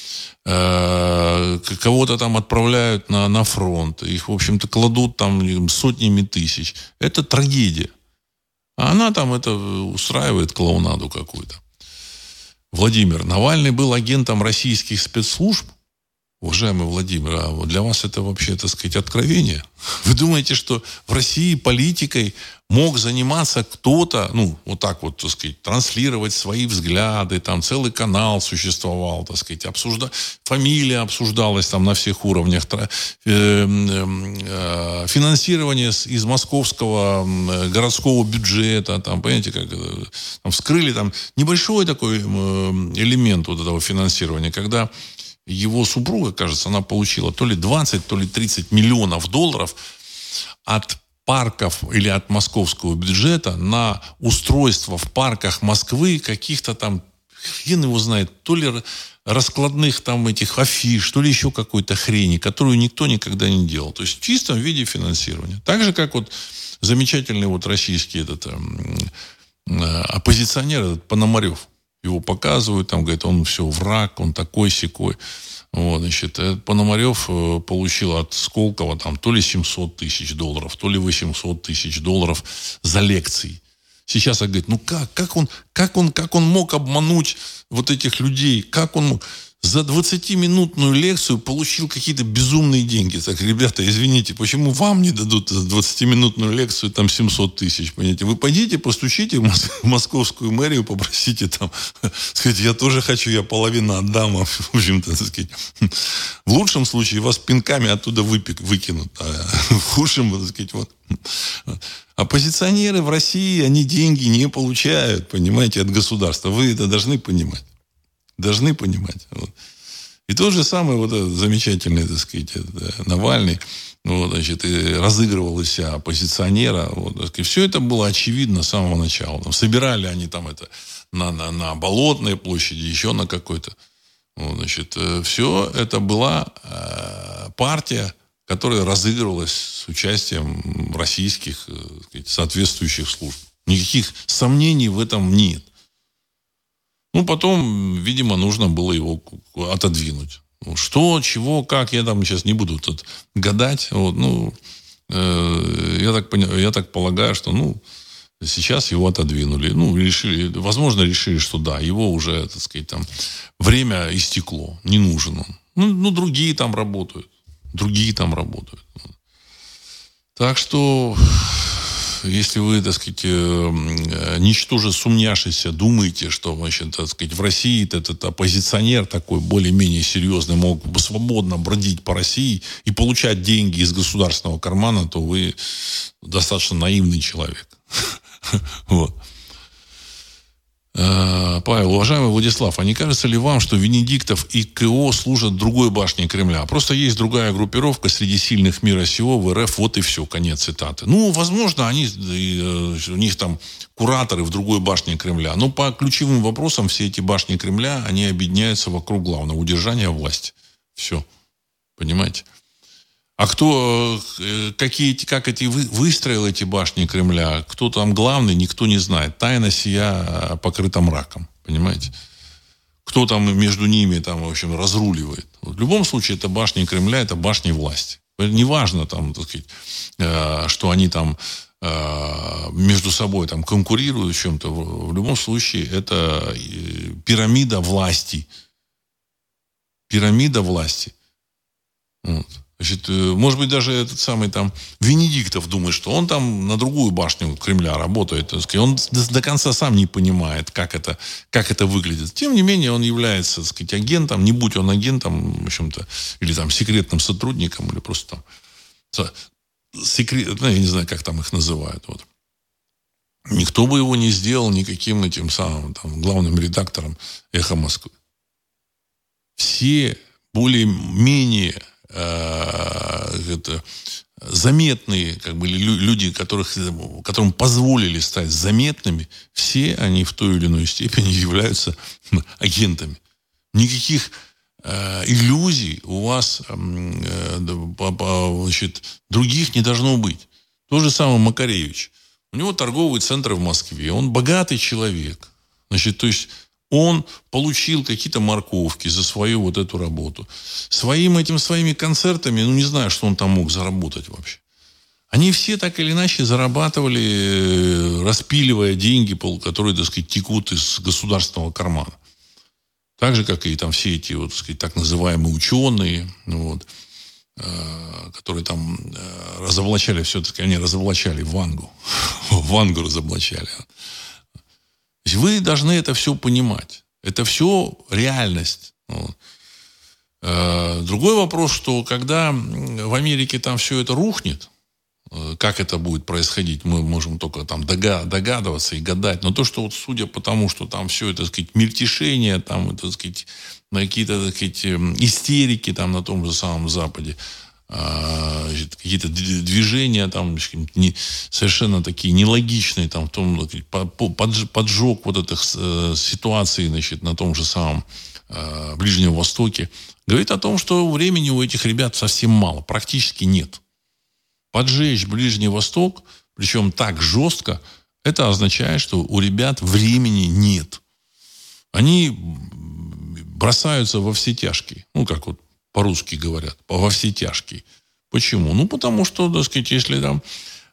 Э, кого-то там отправляют на, на фронт. Их, в общем-то, кладут там сотнями тысяч. Это трагедия. А она там это устраивает клоунаду какую-то. Владимир, Навальный был агентом российских спецслужб? Уважаемый Владимир, а для вас это вообще, так сказать, откровение? Вы думаете, что в России политикой мог заниматься кто-то, ну, вот так вот, так сказать, транслировать свои взгляды, там целый канал существовал, так сказать, обсужда... фамилия обсуждалась там на всех уровнях, финансирование из московского городского бюджета, там, понимаете, как там вскрыли там небольшой такой элемент вот этого финансирования, когда его супруга, кажется, она получила то ли двадцать, то ли тридцать миллионов долларов от парков или от московского бюджета на устройство в парках Москвы каких-то там, хрен его знает, то ли раскладных там этих афиш, то ли еще какой-то хрени, которую никто никогда не делал. То есть в чистом виде финансирования. Так же, как вот замечательный вот российский этот э, оппозиционер, этот Пономарев. Его показывают, там, говорят, он все враг, он такой-сякой. Вот, значит, Пономарев получил от Сколково там то ли семьсот тысяч долларов, то ли восемьсот тысяч долларов за лекции. Сейчас он говорит, ну как, как он, как он, как он мог обмануть вот этих людей? Как он мог? за двадцатиминутную лекцию получил какие-то безумные деньги. Так, ребята, извините, почему вам не дадут за двадцатиминутную лекцию там семьсот тысяч, понимаете? Вы пойдите, постучите в московскую мэрию, попросите там, сказать, я тоже хочу, я половину отдам, в общем-то, так сказать. В лучшем случае вас пинками оттуда выпек, выкинут, а в худшем, так сказать, вот. Оппозиционеры в России, они деньги не получают, понимаете, от государства. Вы это должны понимать. Должны понимать. Вот. И тот же самый вот этот замечательный, так сказать, это, Навальный, вот, значит, и разыгрывал из себя оппозиционера. Вот, так сказать, все это было очевидно с самого начала. Там, собирали они там это на, на, на Болотной площади, еще на какой-то. Вот, значит, все это была э, партия, которая разыгрывалась с участием российских, так сказать, соответствующих служб. Никаких сомнений в этом нет. Ну, потом, видимо, нужно было его отодвинуть. Что, чего, как, я там сейчас не буду тут гадать. Вот, ну, э, я, так, я так полагаю, что, ну, сейчас его отодвинули. Ну, решили, возможно, решили, что да, его уже, так сказать, там, время истекло, не нужен он. Ну, ну другие там работают. Другие там работают. Так что... Если вы, так сказать, ничтоже сумняшися думаете, что, значит, так сказать, в России этот оппозиционер такой более-менее серьезный мог бы свободно бродить по России и получать деньги из государственного кармана, то вы достаточно наивный человек. Вот. Павел, уважаемый Владислав, а не кажется ли вам, что Венедиктов и КО служат другой башне Кремля? Просто есть другая группировка среди сильных мира сего в РФ, вот и все, конец цитаты. Ну, возможно, они, у них там кураторы в другой башне Кремля. Но по ключевым вопросам все эти башни Кремля, они объединяются вокруг главного – удержания власти. Все. Понимаете? А кто, какие, как эти выстроил эти башни Кремля, кто там главный, никто не знает. Тайна сия покрыта мраком, понимаете? Кто там между ними, там, в общем, разруливает. В любом случае, это башни Кремля, это башни власти. Неважно, там, так сказать, что они там между собой там конкурируют в чем-то. В любом случае, это пирамида власти. Пирамида власти. Вот. Значит, может быть, даже этот самый там Венедиктов думает, что он там на другую башню Кремля работает. Так сказать. Он до, до конца сам не понимает, как это, как это выглядит. Тем не менее, он является, так сказать, агентом. Не будь он агентом, в общем-то, или там секретным сотрудником, или просто там секрет, ну, я не знаю, как там их называют. Вот. Никто бы его не сделал никаким этим самым там, главным редактором «Эхо Москвы». Все более-менее это, заметные как бы, люди, которых, которым позволили стать заметными, все они в той или иной степени являются агентами. Никаких э, иллюзий у вас э, по, по, значит, других не должно быть. То же самое Макаревич. У него торговый центр в Москве. Он богатый человек. Значит, то есть он получил какие-то морковки за свою вот эту работу. Своим этим, своими концертами, ну, не знаю, что он там мог заработать вообще. Они все так или иначе зарабатывали, распиливая деньги, которые, так сказать, текут из государственного кармана. Так же, как и там все эти, вот, так сказать, так называемые ученые, вот, э, которые там э, разоблачали, все-таки они разоблачали Вангу. Вангу разоблачали. Вы должны это все понимать. Это все реальность. Вот. Другой вопрос, что когда в Америке там все это рухнет, как это будет происходить, мы можем только там догадываться и гадать. Но то, что вот судя по тому, что там все это, так сказать, мельтешение, там, так сказать, какие-то, так сказать, истерики там на том же самом Западе, какие-то движения там не, совершенно такие нелогичные там в том поджог вот этих ситуаций, значит, на том же самом э, Ближнем Востоке говорит о том, что времени у этих ребят совсем мало, практически нет. Поджечь Ближний Восток, причем так жестко, это означает, что у ребят времени нет. Они бросаются во все тяжкие, ну как вот по-русски говорят, во все тяжкие. Почему? Ну, потому что, так сказать, если там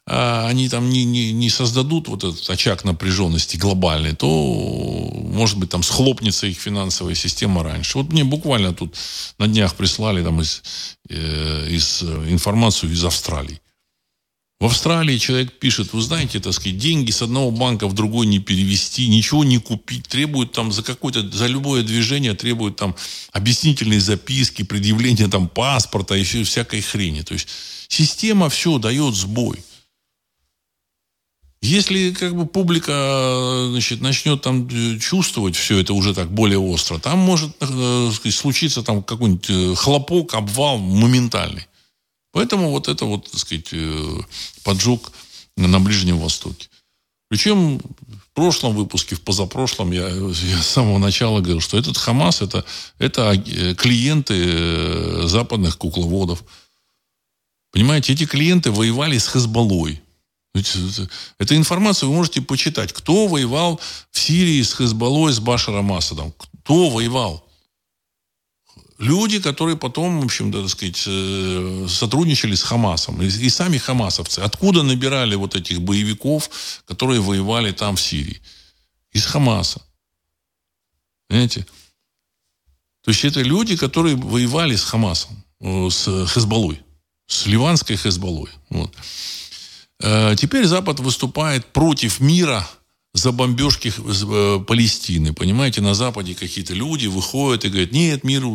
а, они там не, не, не создадут вот этот очаг напряженности глобальный, то, может быть, там схлопнется их финансовая система раньше. Вот мне буквально тут на днях прислали там из, э, из информацию из Австралии. В Австралии человек пишет, вы знаете, так сказать, деньги с одного банка в другой не перевести, ничего не купить, требуют там за какое-то, за любое движение требуют там объяснительные записки, предъявление там паспорта и все, всякой хрени. То есть система все дает сбой. Если как бы публика, значит, начнет там чувствовать все это уже так более остро, там может, так сказать, случиться там какой-нибудь хлопок, обвал моментальный. Поэтому вот это вот, так сказать, поджог на Ближнем Востоке. Причем в прошлом выпуске, в позапрошлом, я, я с самого начала говорил, что этот Хамас это, это клиенты западных кукловодов. Понимаете, эти клиенты воевали с Хезболлой. Эту информацию вы можете почитать. Кто воевал в Сирии с Хезболлой, с Башаром Асадом? Кто воевал? Люди, которые потом, в общем, да, так сказать, сотрудничали с Хамасом. И, и сами хамасовцы. Откуда набирали вот этих боевиков, которые воевали там в Сирии? Из Хамаса. Понимаете? То есть это люди, которые воевали с Хамасом, с Хезболлой, с ливанской Хезболлой. Вот. Теперь Запад выступает против мира за бомбежки Палестины. Понимаете, на Западе какие-то люди выходят и говорят, нет, миру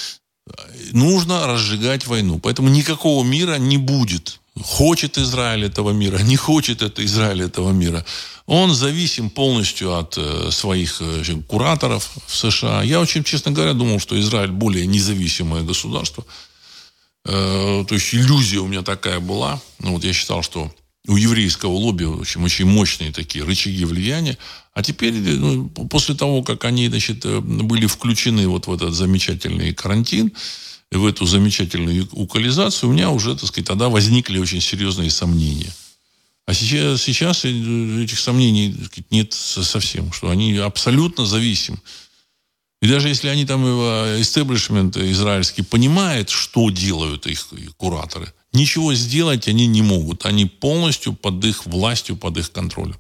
нужно разжигать войну. Поэтому никакого мира не будет. Хочет Израиль этого мира, не хочет это Израиль этого мира. Он зависим полностью от своих кураторов в США. Я очень, честно говоря, думал, что Израиль более независимое государство. То есть иллюзия у меня такая была. Ну, вот я считал, что у еврейского лобби очень, очень мощные такие рычаги влияния. А теперь, ну, после того, как они, значит, были включены вот в этот замечательный карантин, в эту замечательную укализацию, у меня уже, так сказать, тогда возникли очень серьезные сомнения. А сейчас, сейчас этих сомнений, так сказать, нет совсем, что они абсолютно зависимы. И даже если они там, истеблишмент израильский, понимает, что делают их кураторы, ничего сделать они не могут. Они полностью под их властью, под их контролем.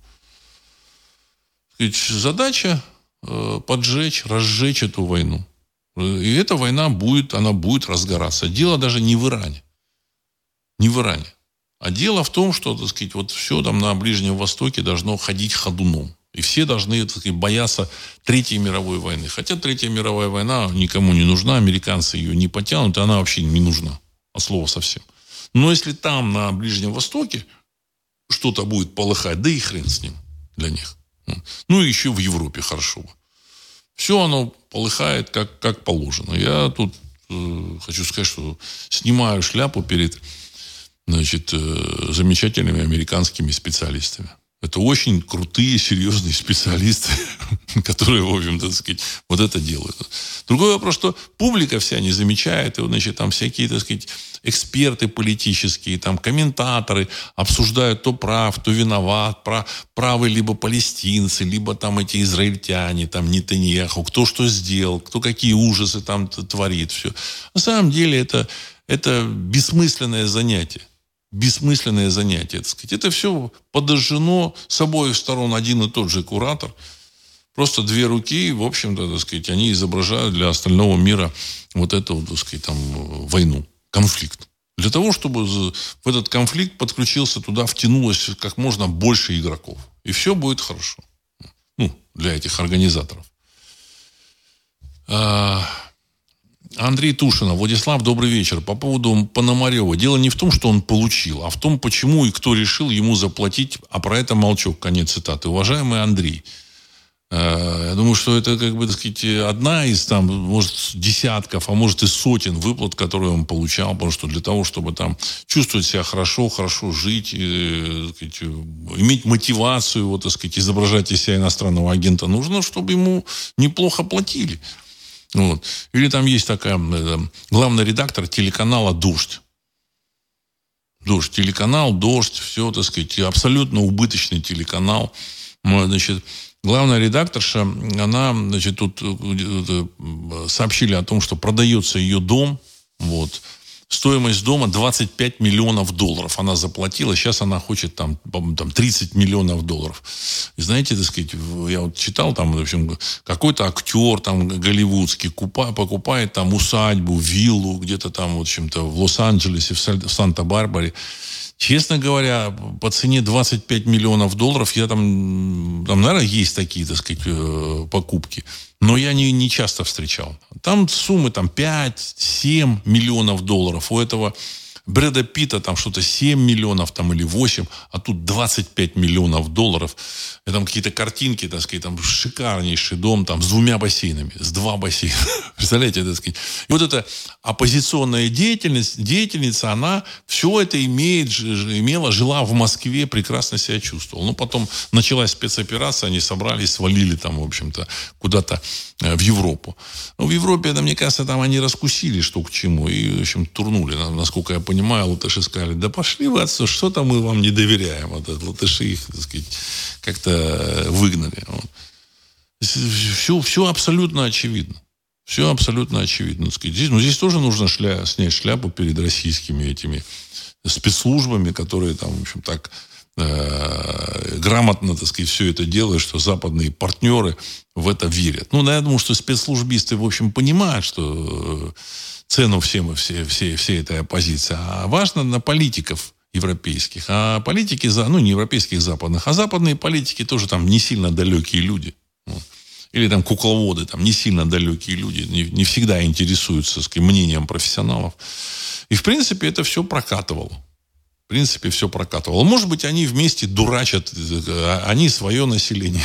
Задача поджечь, разжечь эту войну. И эта война будет, она будет разгораться. Дело даже не в Иране. Не в Иране. А дело в том, что, так сказать, вот все там на Ближнем Востоке должно ходить ходуном. И все должны, так сказать, бояться Третьей мировой войны. Хотя Третья мировая война никому не нужна, американцы ее не потянут, и она вообще не нужна. От слова совсем. Но если там, на Ближнем Востоке, что-то будет полыхать, да и хрен с ним для них. Ну, и еще в Европе хорошо. Все оно полыхает, как, как положено. Я тут э, хочу сказать, что снимаю шляпу перед, значит, э, замечательными американскими специалистами. Это очень крутые, серьезные специалисты, которые, в общем-то, так сказать, вот это делают. Другой вопрос, что публика вся не замечает, и, значит, там всякие, так сказать, эксперты политические, там, комментаторы обсуждают, то прав, то виноват, правы либо палестинцы, либо там эти израильтяне, там, Нетаньяху, кто что сделал, кто какие ужасы там творит, все. На самом деле это, это бессмысленное занятие. Бессмысленное занятие, так сказать. Это все подожжено с обоих сторон один и тот же куратор. Просто две руки, в общем-то, так сказать, они изображают для остального мира вот эту, так сказать, там, войну, конфликт. Для того, чтобы в этот конфликт подключился туда, втянулось как можно больше игроков. И все будет хорошо. Ну, для этих организаторов. Андрей Тушинов. Владислав, добрый вечер. По поводу Пономарева. Дело не в том, что он получил, а в том, почему и кто решил ему заплатить, а про это молчок. Конец цитаты. Уважаемый Андрей, я думаю, что это, как бы, так сказать, одна из, там, может, десятков, а может и сотен выплат, которые он получал, потому что для того, чтобы там чувствовать себя хорошо, хорошо жить, и, так сказать, иметь мотивацию, вот, так сказать, изображать из себя иностранного агента, нужно, чтобы ему неплохо платили. Вот. Или там есть такая э, главный редактор телеканала «Дождь». «Дождь». Телеканал «Дождь». Все, так сказать, абсолютно убыточный телеканал. Значит, главная редакторша, она, значит, тут сообщили о том, что продается ее дом. Вот. Стоимость дома двадцать пять миллионов долларов она заплатила. Сейчас она хочет там, там тридцать миллионов долларов. И знаете, так сказать, я вот читал там, в общем, какой-то актер там голливудский купа, покупает там усадьбу, виллу где-то там, в общем-то, в Лос-Анджелесе, в Санта-Барбаре. Честно говоря, по цене двадцать пять миллионов долларов, я там, там, наверное, есть такие, так сказать, покупки. Но я не, не часто встречал. Там суммы там, пять-семь миллионов долларов. У этого Брэда Питта там что-то семь миллионов там, или восемь, а тут двадцать пять миллионов долларов. И там какие-то картинки, так сказать, там шикарнейший дом там, с двумя бассейнами, с два бассейна. Представляете, так сказать. И вот эта оппозиционная деятельность, деятельница, она все это имеет, имела, жила в Москве, прекрасно себя чувствовала. Ну, потом началась спецоперация, они собрались, свалили там, в общем-то, куда-то в Европу. Но в Европе, это, мне кажется, там они раскусили, что к чему, и, в общем, турнули. Насколько я понимаю, латыши сказали, да пошли вы отсюда, что-то мы вам не доверяем. Вот это, латыши их, так сказать, как-то выгнали. Вот. Все, все абсолютно очевидно. Все абсолютно очевидно. Так сказать. Здесь, ну, здесь тоже нужно шля, снять шляпу перед российскими этими спецслужбами, которые там, в общем, так э, грамотно, так сказать, все это делают, что западные партнеры в это верят. Ну, да, я думаю, что спецслужбисты, в общем, понимают, что цену всем, все, все, всей этой оппозиции. А важно на политиков европейских. А политики, ну, не европейских, западных, а западные политики тоже там не сильно далекие люди. Или там кукловоды, там не сильно далекие люди, не, не всегда интересуются, так сказать, мнением профессионалов. И, в принципе, это все прокатывало. В принципе, все прокатывало. Может быть, они вместе дурачат, они свое население.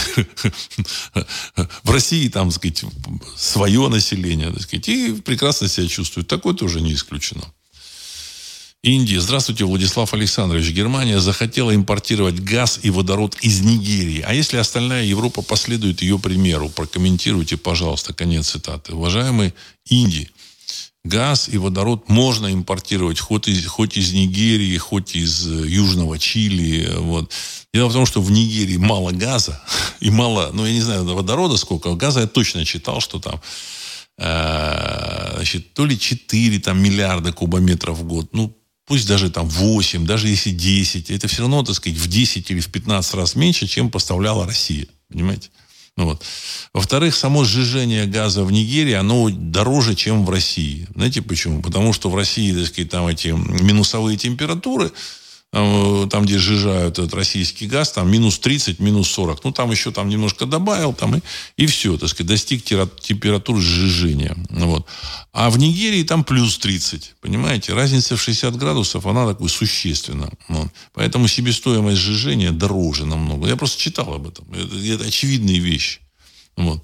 В России, там, так сказать, свое население, так сказать, и прекрасно себя чувствуют. Такое тоже не исключено. Индия. Здравствуйте, Владислав Александрович. Германия захотела импортировать газ и водород из Нигерии. А если остальная Европа последует ее примеру? Прокомментируйте, пожалуйста. Конец цитаты. Уважаемые Индии. Газ и водород можно импортировать хоть из, хоть из Нигерии, хоть из Южного Чили. Вот. Дело в том, что в Нигерии мало газа и мало, ну, я не знаю, водорода сколько, газа я точно читал, что там э, значит, то ли четыре там, миллиарда кубометров в год. Ну, пусть даже там восемь, даже если десять. Это все равно, так сказать, в десять или в пятнадцать раз меньше, чем поставляла Россия. Понимаете? Ну, вот. Во-вторых, само сжижение газа в Нигерии, оно дороже, чем в России. Знаете почему? Потому что в России, так сказать, там эти минусовые температуры, там, где сжижают этот российский газ, там минус тридцать, минус сорок. Ну, там еще там немножко добавил, там и, и все, так сказать, достиг температуры сжижения. Вот. А в Нигерии там плюс тридцать. Понимаете? Разница в шестьдесят градусов, она такой существенна. Вот. Поэтому себестоимость сжижения дороже намного. Я просто читал об этом. Это, это очевидные вещи. Вот.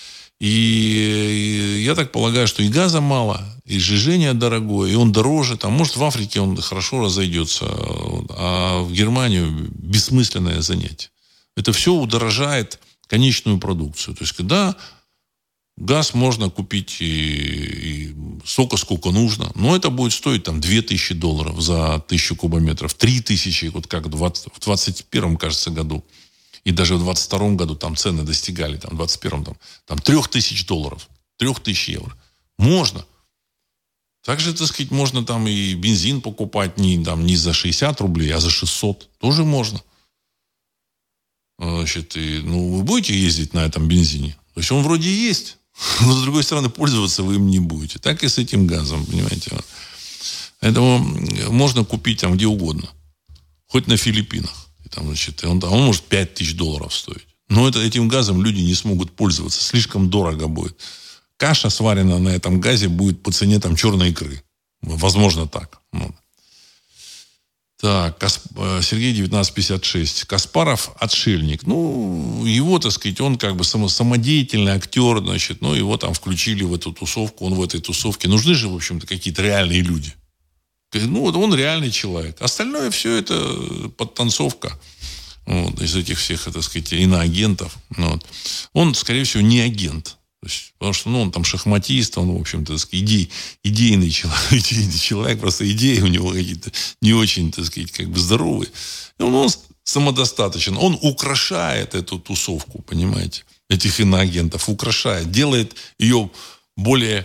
И я так полагаю, что и газа мало, и сжижение дорогое, и он дороже. Там, может, в Африке он хорошо разойдется, а в Германию бессмысленное занятие. Это все удорожает конечную продукцию. То есть, когда газ можно купить и, и столько, сколько нужно, но это будет стоить там две тысячи долларов за тысячу кубометров, три тысячи, вот как в двадцать первом, кажется, году. И даже в двадцать втором году там цены достигали, там, в двадцать первом, там, там трех тысяч долларов, трех тысяч евро. Можно. Также, так сказать, можно там и бензин покупать не, там, не за шестьдесят рублей, а за шестьсот. Тоже можно. Значит, и, ну, вы будете ездить на этом бензине? То есть он вроде есть, но, с другой стороны, пользоваться вы им не будете. Так и с этим газом, понимаете. Поэтому можно купить там где угодно. Хоть на Филиппинах. Там, значит, он, он может пять тысяч долларов стоить. Но это, этим газом люди не смогут пользоваться. Слишком дорого будет. Каша, сваренная на этом газе, будет по цене там, черной икры. Возможно, так. Ну. Так, Касп... Сергей девятнадцать пятьдесят шесть. Каспаров отшельник. Ну, его, так сказать, он как бы самодеятельный актер, значит, ну, его там включили в эту тусовку, он в этой тусовке. Нужны же, в общем-то, какие-то реальные люди. Ну, вот он реальный человек. Остальное все это подтанцовка. Вот, из этих всех, так сказать, иноагентов. Вот. Он, скорее всего, не агент. То есть, потому что ну, он там шахматист, он, в общем-то, так сказать, идей, идейный, человек, идейный человек, просто идеи у него какие-то не очень, так сказать, как бы здоровые. И он, он самодостаточен. Он украшает эту тусовку, понимаете, этих иноагентов. Украшает. Делает ее более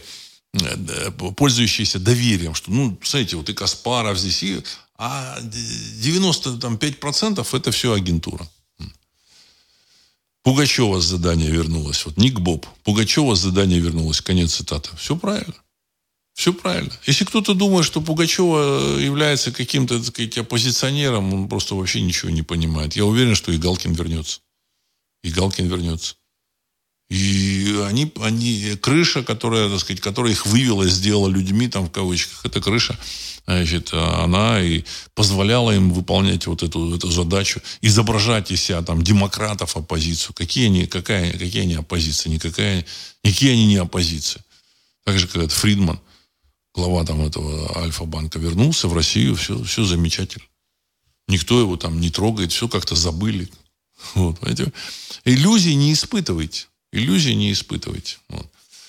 пользующиеся доверием, что, ну, смотрите, вот и Каспаров здесь, и, а девяносто пять процентов это все агентура. Пугачева с задания вернулась. Вот Ник Боб. Пугачева с задания вернулась. Конец цитаты. Все правильно. Все правильно. Если кто-то думает, что Пугачева является каким-то, так сказать, оппозиционером, он просто вообще ничего не понимает. Я уверен, что и Галкин вернется. И Галкин вернется. И они, они, крыша, которая, так сказать, которая их вывела, сделала людьми, там, в кавычках, эта крыша, значит, она и позволяла им выполнять вот эту, эту задачу, изображать из себя там демократов, оппозицию. Какие они, какая, какие они оппозиция? Никакая, никакие они не оппозиция. Так же, как Фридман, глава там этого Альфа-банка, вернулся в Россию, все, все замечательно. Никто его там не трогает, все как-то забыли. Вот, понимаете? Иллюзий не испытывайте. Иллюзий не испытывайте. Вот.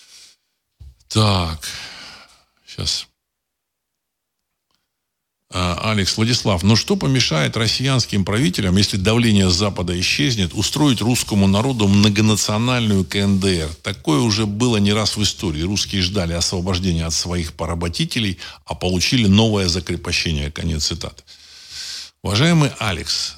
Так. Сейчас. А, Алекс, Владислав, но что помешает россиянским правителям, если давление с Запада исчезнет, устроить русскому народу многонациональную ка эн дэ эр? Такое уже было не раз в истории. Русские ждали освобождения от своих поработителей, а получили новое закрепощение. Конец цитаты. Уважаемый Алекс,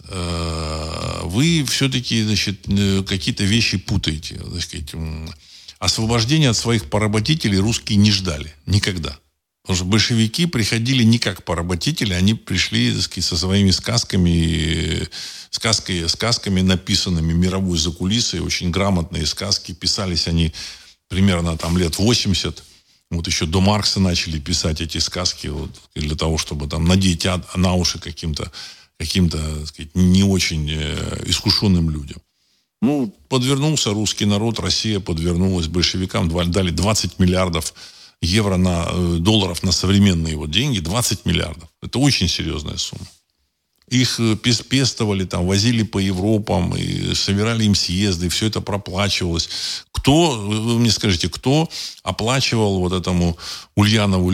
вы все-таки, значит, какие-то вещи путаете. Так сказать, освобождения от своих поработителей русские не ждали. Никогда. Потому что большевики приходили не как поработители, они пришли, так сказать, со своими сказками, сказкой, сказками, написанными мировой закулисой, очень грамотные сказки. Писались они примерно там лет восемьдесят. Вот еще до Маркса начали писать эти сказки вот, для того, чтобы там надеть на уши каким-то, каким-то, так сказать, не очень искушенным людям. Ну, подвернулся русский народ, Россия подвернулась большевикам, дали двадцать миллиардов евро на, долларов на современные вот деньги, двадцать миллиардов. Это очень серьезная сумма. Их пестовали, там, возили по Европам, и собирали им съезды, и все это проплачивалось. Кто, вы мне скажите, кто оплачивал вот этому Ульянову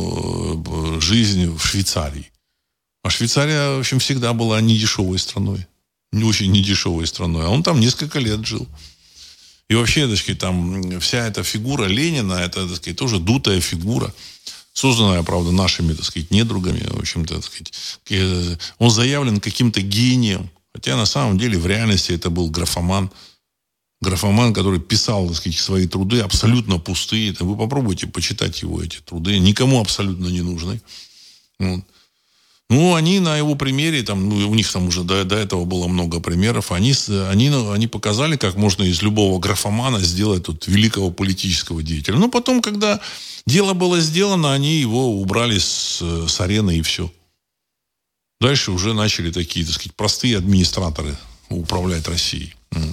Ленину жизнь в Швейцарии? А Швейцария, в общем, всегда была недешевой страной. Очень недешевой страной. А он там несколько лет жил. И вообще, так сказать, там вся эта фигура Ленина, это, так сказать, тоже дутая фигура, созданная, правда, нашими, так сказать, недругами. В общем-то, так сказать, он заявлен каким-то гением. Хотя, на самом деле, в реальности это был графоман. Графоман, который писал, так сказать, свои труды абсолютно пустые. Вы попробуйте почитать его, эти труды. Никому абсолютно не нужны. Вот. Ну, они на его примере, там, ну, у них там уже до, до этого было много примеров, они, они, они показали, как можно из любого графомана сделать тут великого политического деятеля. Но потом, когда дело было сделано, они его убрали с, с арены и все. Дальше уже начали такие, так сказать, простые администраторы управлять Россией.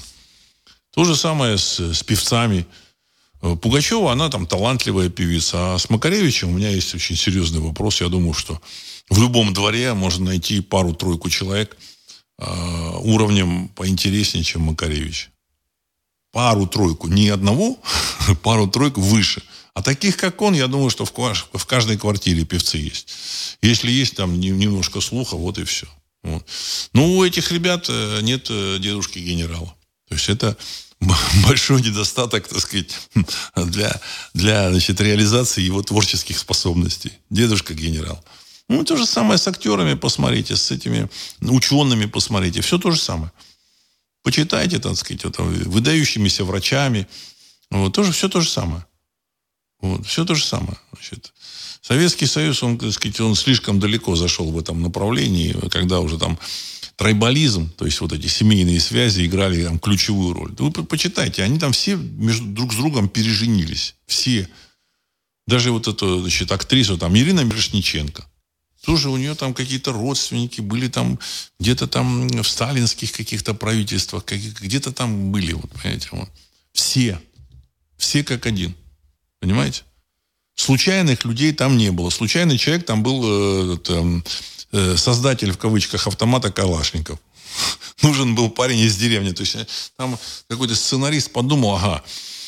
То же самое с, с певцами. Пугачева, она там талантливая певица. А с Макаревичем у меня есть очень серьезный вопрос. Я думаю, что в любом дворе можно найти пару-тройку человек э, уровнем поинтереснее, чем Макаревич. Пару-тройку. Не одного, пару-тройку выше. А таких, как он, я думаю, что в, в каждой квартире певцы есть. Если есть там немножко слуха, вот и все. Вот. Ну, у этих ребят нет дедушки генерала. То есть это большой недостаток, так сказать, для, для значит, реализации его творческих способностей. Дедушка генерал. Ну, то же самое с актерами, посмотрите, с этими учеными, посмотрите. Все то же самое. Почитайте, так сказать, вот, выдающимися врачами. Вот, тоже, все то же самое. Вот, все то же самое. Значит, Советский Союз, он, так сказать, он слишком далеко зашел в этом направлении, когда уже там трайбализм, то есть вот эти семейные связи играли там ключевую роль. Вы почитайте, они там все между, друг с другом переженились. Все. Даже вот эту, значит, актрису, там, Ирина Мирошниченко. Тоже у нее там какие-то родственники были там, где-то там в сталинских каких-то правительствах, где-то там были, вот, понимаете, вот. Все. Все как один. Понимаете? Случайных людей там не было. Случайный человек там был э, там, э, создатель, в кавычках, автомата Калашников. Нужен был парень из деревни. То есть там какой-то сценарист подумал, ага,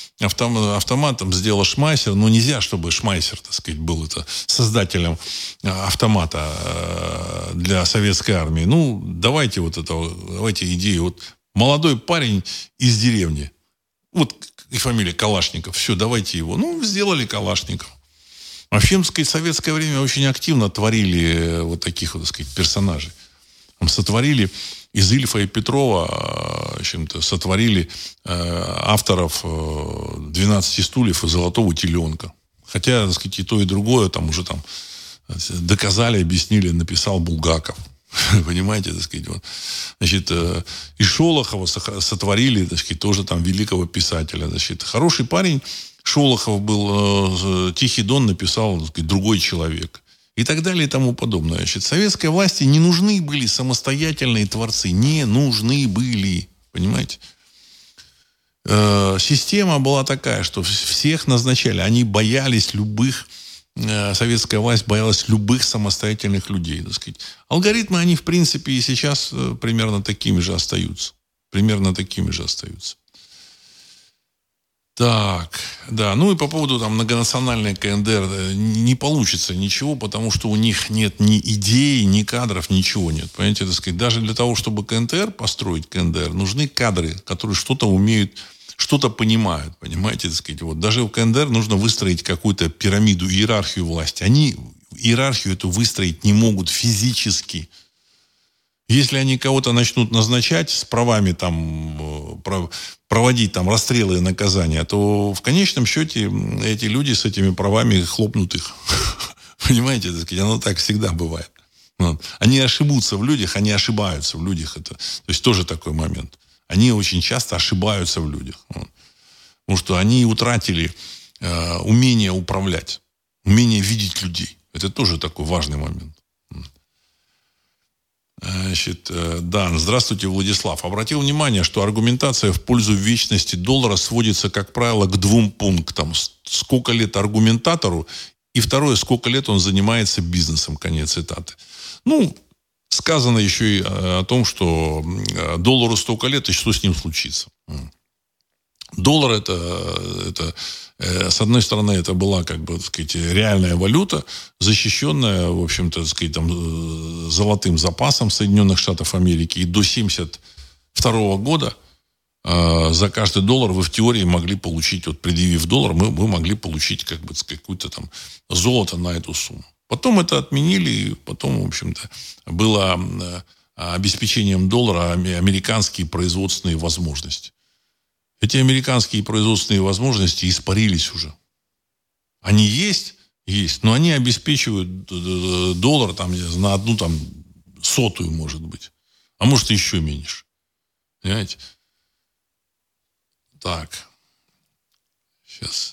автомат там сделал Шмайсер, но нельзя, чтобы Шмайсер, так сказать, был это создателем автомата для советской армии. Ну, давайте вот это, давайте идею. Вот молодой парень из деревни, вот и фамилия Калашников, все, давайте его. Ну, сделали Калашников. Вообще, так сказать, в советское время очень активно творили вот таких вот, так сказать, персонажей. Там сотворили из Ильфа и Петрова, чем-то сотворили э, авторов э, «двенадцати стульев» и «Золотого теленка». Хотя, так сказать, и то, и другое там уже там доказали, объяснили, написал Булгаков. Понимаете, так сказать, вот. Значит, э, и Шолохова сотворили, так сказать, тоже там великого писателя. Значит, хороший парень Шолохов был, э, «Тихий Дон» написал, так сказать, другой человек. И так далее и тому подобное. Значит, советской власти не нужны были самостоятельные творцы. Не нужны были. Понимаете? Э, система была такая, что всех назначали. Они боялись любых, э, советская власть боялась любых самостоятельных людей. Так сказать. Алгоритмы, они, в принципе, и сейчас э, примерно такими же остаются. Примерно такими же остаются. Так, да, ну и по поводу там многонациональной КНДР не получится ничего, потому что у них нет ни идей, ни кадров, ничего нет. Понимаете, так сказать, даже для того, чтобы КНДР построить, КНДР, нужны кадры, которые что-то умеют, что-то понимают, понимаете, так сказать. Вот даже в КНДР нужно выстроить какую-то пирамиду, иерархию власти. Они иерархию эту выстроить не могут физически. Если они кого-то начнут назначать с правами там, проводить там расстрелы и наказания, то в конечном счете эти люди с этими правами хлопнут их. Понимаете, так сказать, оно так всегда бывает. Вот. Они ошибутся в людях, они ошибаются в людях. Это, то есть тоже такой момент. Они очень часто ошибаются в людях. Вот. Потому что они утратили э, умение управлять, умение видеть людей. Это тоже такой важный момент. Значит, да, здравствуйте, Владислав. Обратил внимание, что аргументация в пользу вечности доллара сводится, как правило, к двум пунктам. Сколько лет аргументатору, и второе, сколько лет он занимается бизнесом. Конец цитаты. Ну, сказано еще и о том, что доллару столько лет, и что с ним случится. Доллар это, это, с одной стороны, это была, как бы, так сказать, реальная валюта, защищенная, в общем-то, так сказать, там, золотым запасом Соединенных Штатов Америки. И до семьдесят второго года э, за каждый доллар вы в теории могли получить, вот предъявив доллар, мы, мы могли получить, как бы, какое-то там золото на эту сумму. Потом это отменили, и потом, в общем-то, было э, обеспечением доллара американские производственные возможности. Эти американские производственные возможности испарились уже. Они есть, есть, но они обеспечивают доллар там, на одну там, сотую, может быть. А может, еще меньше. Понимаете? Так. Сейчас.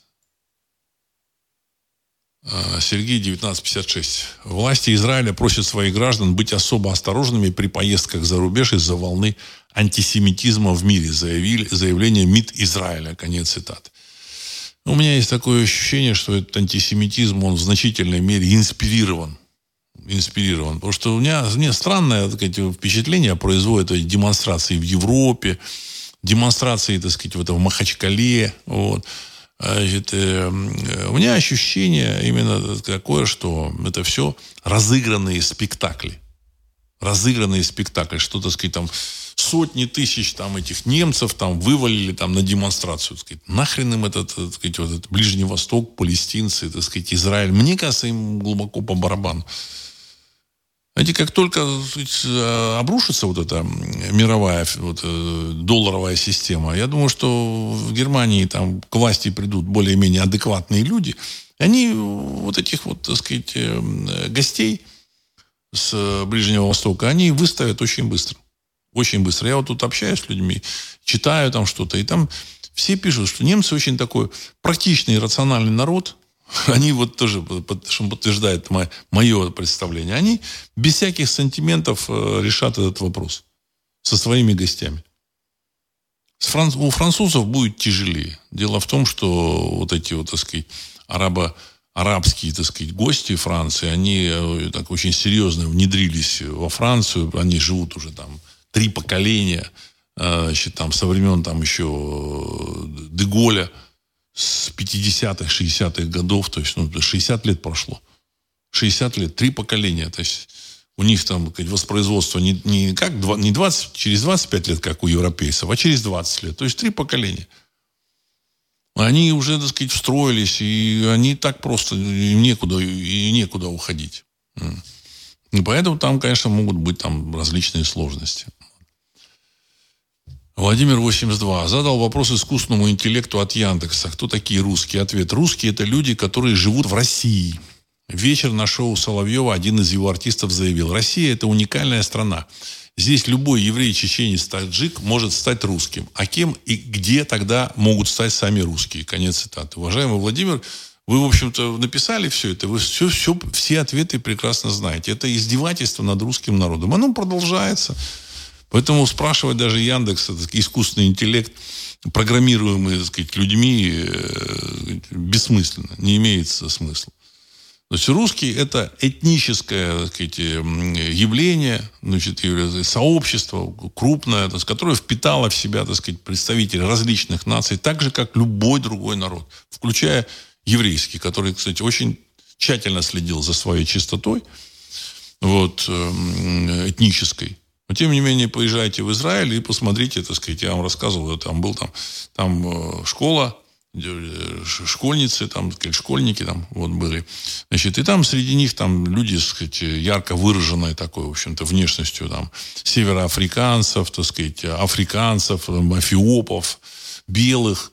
Сергей, девятнадцать пятьдесят шесть. Власти Израиля просят своих граждан быть особо осторожными при поездках за рубеж из-за волны антисемитизма в мире, заявили, заявление МИД Израиля. Конец цитаты. У меня есть такое ощущение, что этот антисемитизм, он в значительной мере инспирирован. Инспирирован. Потому что у меня, мне странное, так сказать, впечатление производят эти демонстрации в Европе, демонстрации, так сказать, в, в Махачкале. Вот. Значит, э, у меня ощущение именно такое, что это все разыгранные спектакли. Разыгранные спектакли. Что, так сказать, там сотни тысяч там, этих немцев там, вывалили там, на демонстрацию. Так сказать. Нахрен им этот, так сказать, вот этот Ближний Восток, палестинцы, так сказать, Израиль. Мне кажется, им глубоко по барабану. Знаете, как только сказать, обрушится вот эта мировая вот, долларовая система, я думаю, что в Германии там к власти придут более-менее адекватные люди. Они вот этих вот, так сказать, гостей с Ближнего Востока, они выставят очень быстро. Очень быстро. Я вот тут общаюсь с людьми, читаю там что-то, и там все пишут, что немцы очень такой практичный, рациональный народ. Они вот тоже, что подтверждает мое представление, они без всяких сантиментов решат этот вопрос со своими гостями. У французов будет тяжелее. Дело в том, что вот эти вот, так сказать, арабо, арабские, так сказать, гости Франции, они так очень серьезно внедрились во Францию, они живут уже там три поколения, значит, там, со времен там еще Де-Голля, с пятидесятых, шестидесятых годов, то есть, ну, шестьдесят лет прошло. шестьдесят лет, три поколения. То есть, у них там, сказать, воспроизводство не, не, как, не двадцать, через двадцать пять лет, как у европейцев, а через двадцать лет. То есть, три поколения. Они уже, так сказать, встроились, и они так просто, им некуда, и некуда уходить. И поэтому там, конечно, могут быть там различные сложности. Владимир восемьдесят два задал вопрос искусственному интеллекту от Яндекса. Кто такие русские? Ответ. Русские – это люди, которые живут в России. Вечер на шоу Соловьева один из его артистов заявил: Россия – это уникальная страна. Здесь любой еврей, чеченец, таджик может стать русским. А кем и где тогда могут стать сами русские? Конец цитаты. Уважаемый Владимир, вы, в общем-то, написали все это. Вы все, все, все ответы прекрасно знаете. Это издевательство над русским народом. Оно продолжается. Поэтому спрашивать даже Яндекс, это искусственный интеллект, программируемый, так сказать, людьми, бессмысленно. Не имеет смысла. То есть русские – это этническое, так сказать, явление, значит, сообщество крупное, так сказать, которое впитало в себя, так сказать, представителей различных наций, так же, как любой другой народ, включая еврейский, который, кстати, очень тщательно следил за своей чистотой, вот, этнической. Но, тем не менее, поезжайте в Израиль и посмотрите, так сказать, я вам рассказывал, я там был, там, там школа, школьницы, там, так сказать, школьники там вот были. Значит, и там среди них там люди, так сказать, ярко выраженной такой, в общем-то, внешностью там североафриканцев, так сказать, африканцев, эфиопов, белых,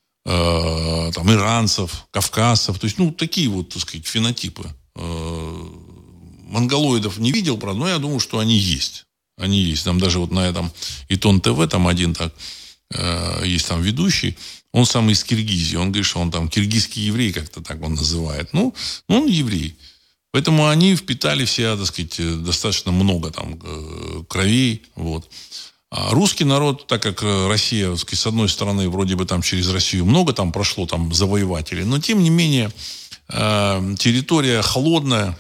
э, там, иранцев, кавказцев. То есть, ну, такие вот, так сказать, фенотипы. Э, монголоидов не видел, правда, но я думаю, что они есть. Они есть. Там даже вот на этом Итон ТВ там один так э, есть там ведущий. Он сам из Киргизии. Он говорит, что он там киргизский еврей, как-то так он называет. Ну, он еврей. Поэтому они впитали в себя, так сказать, достаточно много там кровей. Вот. А русский народ, так как Россия, так сказать, с одной стороны, вроде бы там через Россию много там прошло там завоевателей, но тем не менее территория холодная,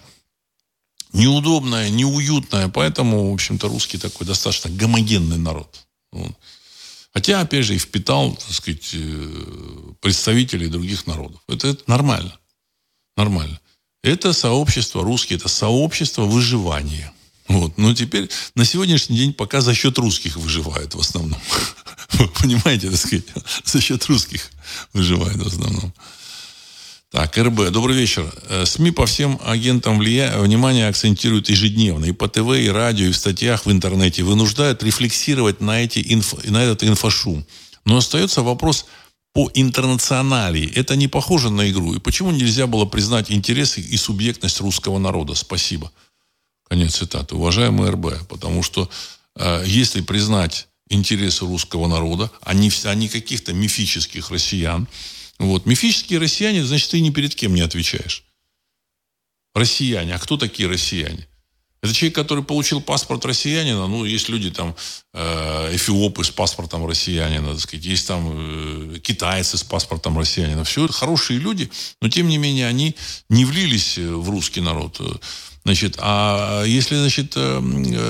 неудобная, неуютная. Поэтому, в общем-то, русский такой достаточно гомогенный народ. Вот. Хотя, опять же, и впитал, так сказать, представителей других народов. Это, это нормально. Нормально. Это сообщество, русские, это сообщество выживания. Вот. Но теперь, на сегодняшний день, пока за счет русских выживают в основном. Вы понимаете, так сказать, за счет русских выживают в основном. Так, эр бэ. Добрый вечер. СМИ по всем агентам влия... внимания акцентируют ежедневно. И по ТВ, и радио, и в статьях в интернете. Вынуждают рефлексировать на, эти инф... на этот инфошум. Но остается вопрос по интернационалии. Это не похоже на игру. И почему нельзя было признать интересы и субъектность русского народа? Спасибо. Конец цитаты. Уважаемый эр бэ. Потому что э, если признать интересы русского народа, а не, а не каких-то мифических россиян, вот. Мифические россияне, значит, ты ни перед кем не отвечаешь. Россияне. А кто такие россияне? Это человек, который получил паспорт россиянина. Ну, есть люди там, э, эфиопы с паспортом россиянина, так сказать. Есть там э, китайцы с паспортом россиянина. Все это хорошие люди, но, тем не менее, они не влились в русский народ. Значит, а если, значит, э,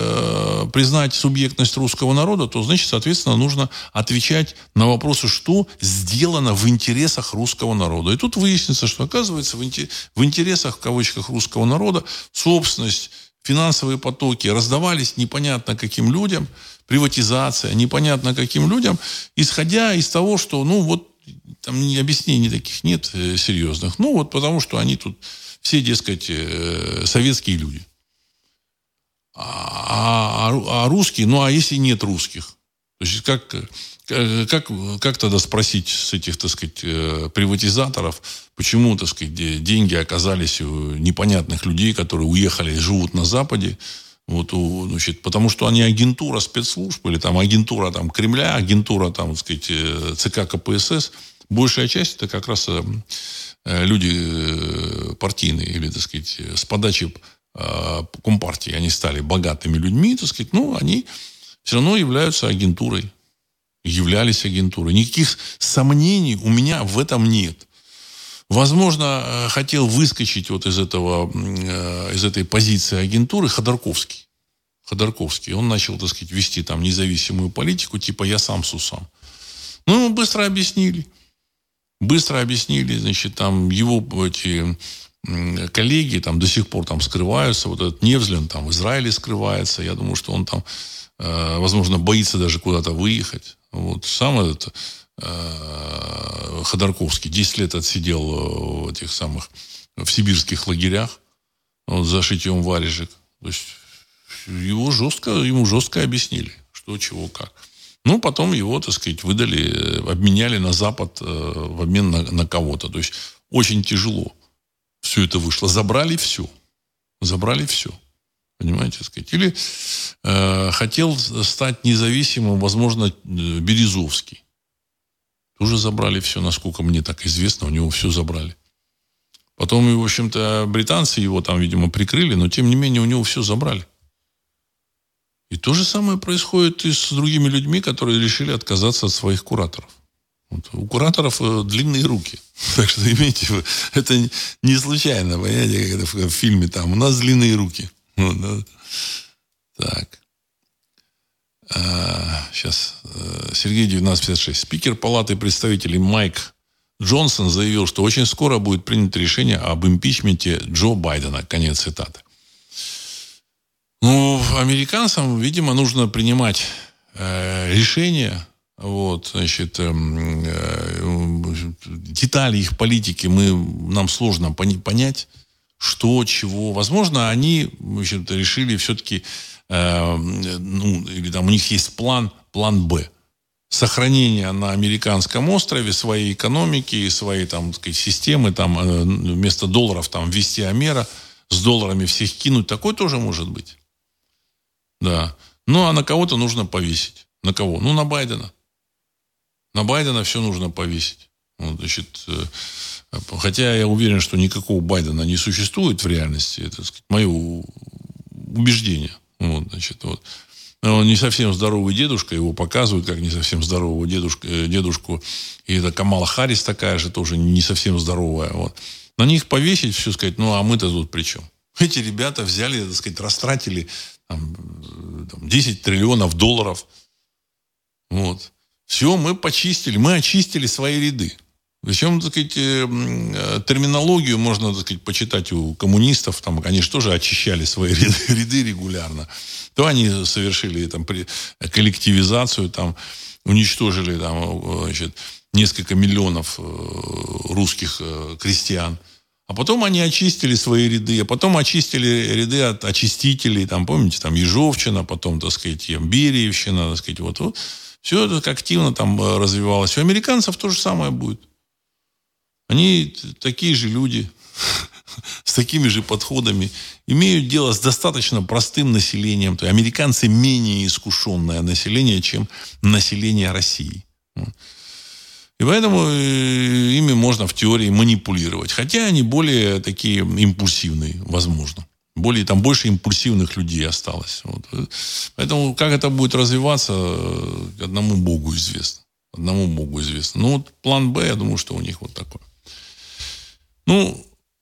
э, признать субъектность русского народа, то, значит, соответственно, нужно отвечать на вопросы, что сделано в интересах русского народа. И тут выяснится, что, оказывается, в, инте- в интересах, в кавычках, русского народа собственность, финансовые потоки раздавались непонятно каким людям, приватизация непонятно каким людям, исходя из того, что, ну, вот, там объяснений таких нет э, серьезных. Ну, вот потому что они тут все, дескать, советские люди. А, а, а русские, ну а если нет русских? То есть как, как, как тогда спросить с этих, так сказать, приватизаторов, почему, так сказать, деньги оказались у непонятных людей, которые уехали и живут на Западе? Вот, значит, потому что они агентура спецслужб, или там агентура там, Кремля, агентура там, так сказать, ЦК ка пэ эс эс. Большая часть это как раз люди партийные, или, так сказать, с подачи Компартии они стали богатыми людьми, так сказать, ну, они все равно являются агентурой. Являлись агентурой. Никаких сомнений у меня в этом нет. Возможно, хотел выскочить вот из этого, из этой позиции агентуры Ходорковский. Ходорковский. Он начал, так сказать, вести там независимую политику, типа «я сам сусам». Ну, ему быстро объяснили. Быстро объяснили, значит, там его эти коллеги там до сих пор там скрываются. Вот этот Невзлин там в Израиле скрывается. Я думаю, что он там, э, возможно, боится даже куда-то выехать. Вот. Сам этот э, Ходорковский десять лет отсидел в этих самых, в сибирских лагерях, вот, за шитьем варежек. То есть его жестко, ему жестко объяснили, что, чего, как. Ну, потом его, так сказать, выдали, обменяли на Запад э, в обмен на, на кого-то. То есть очень тяжело все это вышло. Забрали все. Забрали все. Понимаете, так сказать. Или э, хотел стать независимым, возможно, Березовский. Тоже забрали все, насколько мне так известно, у него все забрали. Потом, в общем-то, британцы его там, видимо, прикрыли, но, тем не менее, у него все забрали. И то же самое происходит и с другими людьми, которые решили отказаться от своих кураторов. Вот. У кураторов э, длинные руки. Так что имейте, это не случайно, понимаете, как это в, в фильме там. У нас длинные руки. Вот, да. Так. А, сейчас. Сергей девятнадцать пятьдесят шесть. Спикер Палаты представителей Майк Джонсон заявил, что очень скоро будет принято решение об импичменте Джо Байдена. Конец цитаты. Ну, американцам, видимо, нужно принимать э, решения. Вот, значит, э, э, детали их политики мы, нам сложно пони- понять, что, чего. Возможно, они, в общем-то, решили все-таки, э, ну, или там у них есть план, план Б. Сохранение на американском острове своей экономики и своей, там, так сказать, системы, там, э, вместо долларов там ввести Амера, с долларами всех кинуть. Такое тоже может быть. Да. Ну, а на кого-то нужно повесить. На кого? Ну, на Байдена. На Байдена все нужно повесить. Вот, значит, э, хотя я уверен, что никакого Байдена не существует в реальности. Это, так сказать, мое убеждение. Вот, значит, вот. Он не совсем здоровый дедушка, его показывают как не совсем здорового дедушка, дедушку. И это Камала Харрис такая же, тоже не совсем здоровая. Вот. На них повесить, все сказать, ну, а мы-то тут при чем? Эти ребята взяли, так сказать, растратили там, там, десять триллионов долларов. Вот. Все, мы почистили, мы очистили свои ряды. Причем, так сказать, терминологию можно, так сказать, почитать у коммунистов. Там, они же тоже очищали свои ряды, ряды регулярно. То они совершили там, коллективизацию, там, уничтожили там, значит, несколько миллионов русских крестьян. А потом они очистили свои ряды, а потом очистили ряды от очистителей, там, помните, там, Ежовщина, потом, так сказать, Бериевщина, так сказать, вот, вот. Все это активно там развивалось. У американцев то же самое будет. Они такие же люди, с такими же подходами, имеют дело с достаточно простым населением. То есть американцы менее искушенное население, чем население России. И поэтому ими можно в теории манипулировать. Хотя они более такие импульсивные, возможно. Более, там больше импульсивных людей осталось. Вот. Поэтому как это будет развиваться, одному Богу известно. Одному Богу известно. Ну, вот план Б, я думаю, что у них вот такой. Ну,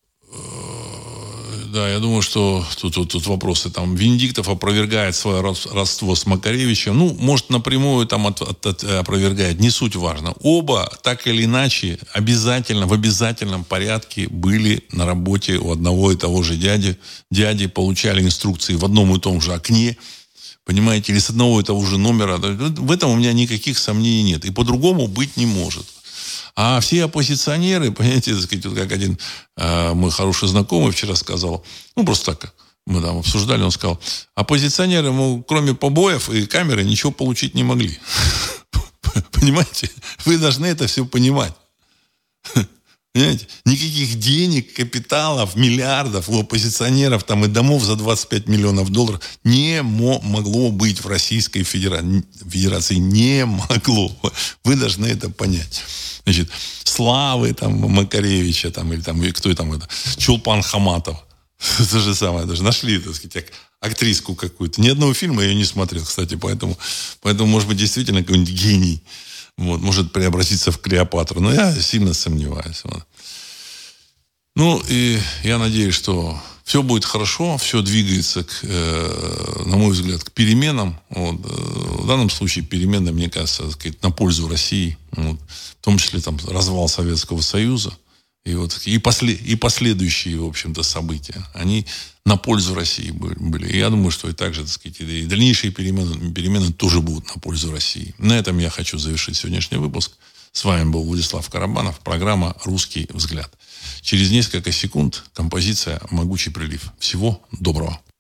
да, я думаю, что тут, тут, тут вопросы. Там Венедиктов опровергает свое родство с Макаревичем. Ну, может, напрямую там от, от, от, опровергает. Не суть важно. Оба, так или иначе, обязательно, в обязательном порядке были на работе у одного и того же дяди. Дяди получали инструкции в одном и том же окне. Понимаете, или с одного и того же номера. В этом у меня никаких сомнений нет. И по-другому быть не может. А все оппозиционеры, понимаете, так сказать, вот как один э, мой хороший знакомый вчера сказал, ну, просто так, мы там обсуждали, он сказал, оппозиционеры, ну, кроме побоев и камеры, ничего получить не могли. Понимаете? Вы должны это все понимать. Понимаете? Никаких денег, капиталов, миллиардов у оппозиционеров там и домов за двадцать пять миллионов долларов не мо- могло быть в Российской Федерации. Федерации не могло. Вы должны это понять. Значит, Славы там, Макаревича там, или там, кто там это, Чулпан Хаматова. То же самое. Даже нашли, так сказать, актриску какую-то. Ни одного фильма я не смотрел, кстати, поэтому, поэтому может быть, действительно какой-нибудь гений. Вот, может преобразиться в Клеопатру. Но я сильно сомневаюсь. Вот. Ну, и я надеюсь, что все будет хорошо, все двигается, к, э, на мой взгляд, к переменам. Вот. В данном случае перемены, мне кажется, так сказать, на пользу России. Вот. В том числе там, развал Советского Союза. И, вот, и, после, и последующие, в общем-то, события, они на пользу России были. И я думаю, что и также, так сказать, и дальнейшие перемены, перемены тоже будут на пользу России. На этом я хочу завершить сегодняшний выпуск. С вами был Владислав Карабанов. Программа «Русский взгляд». Через несколько секунд композиция «Могучий прилив». Всего доброго.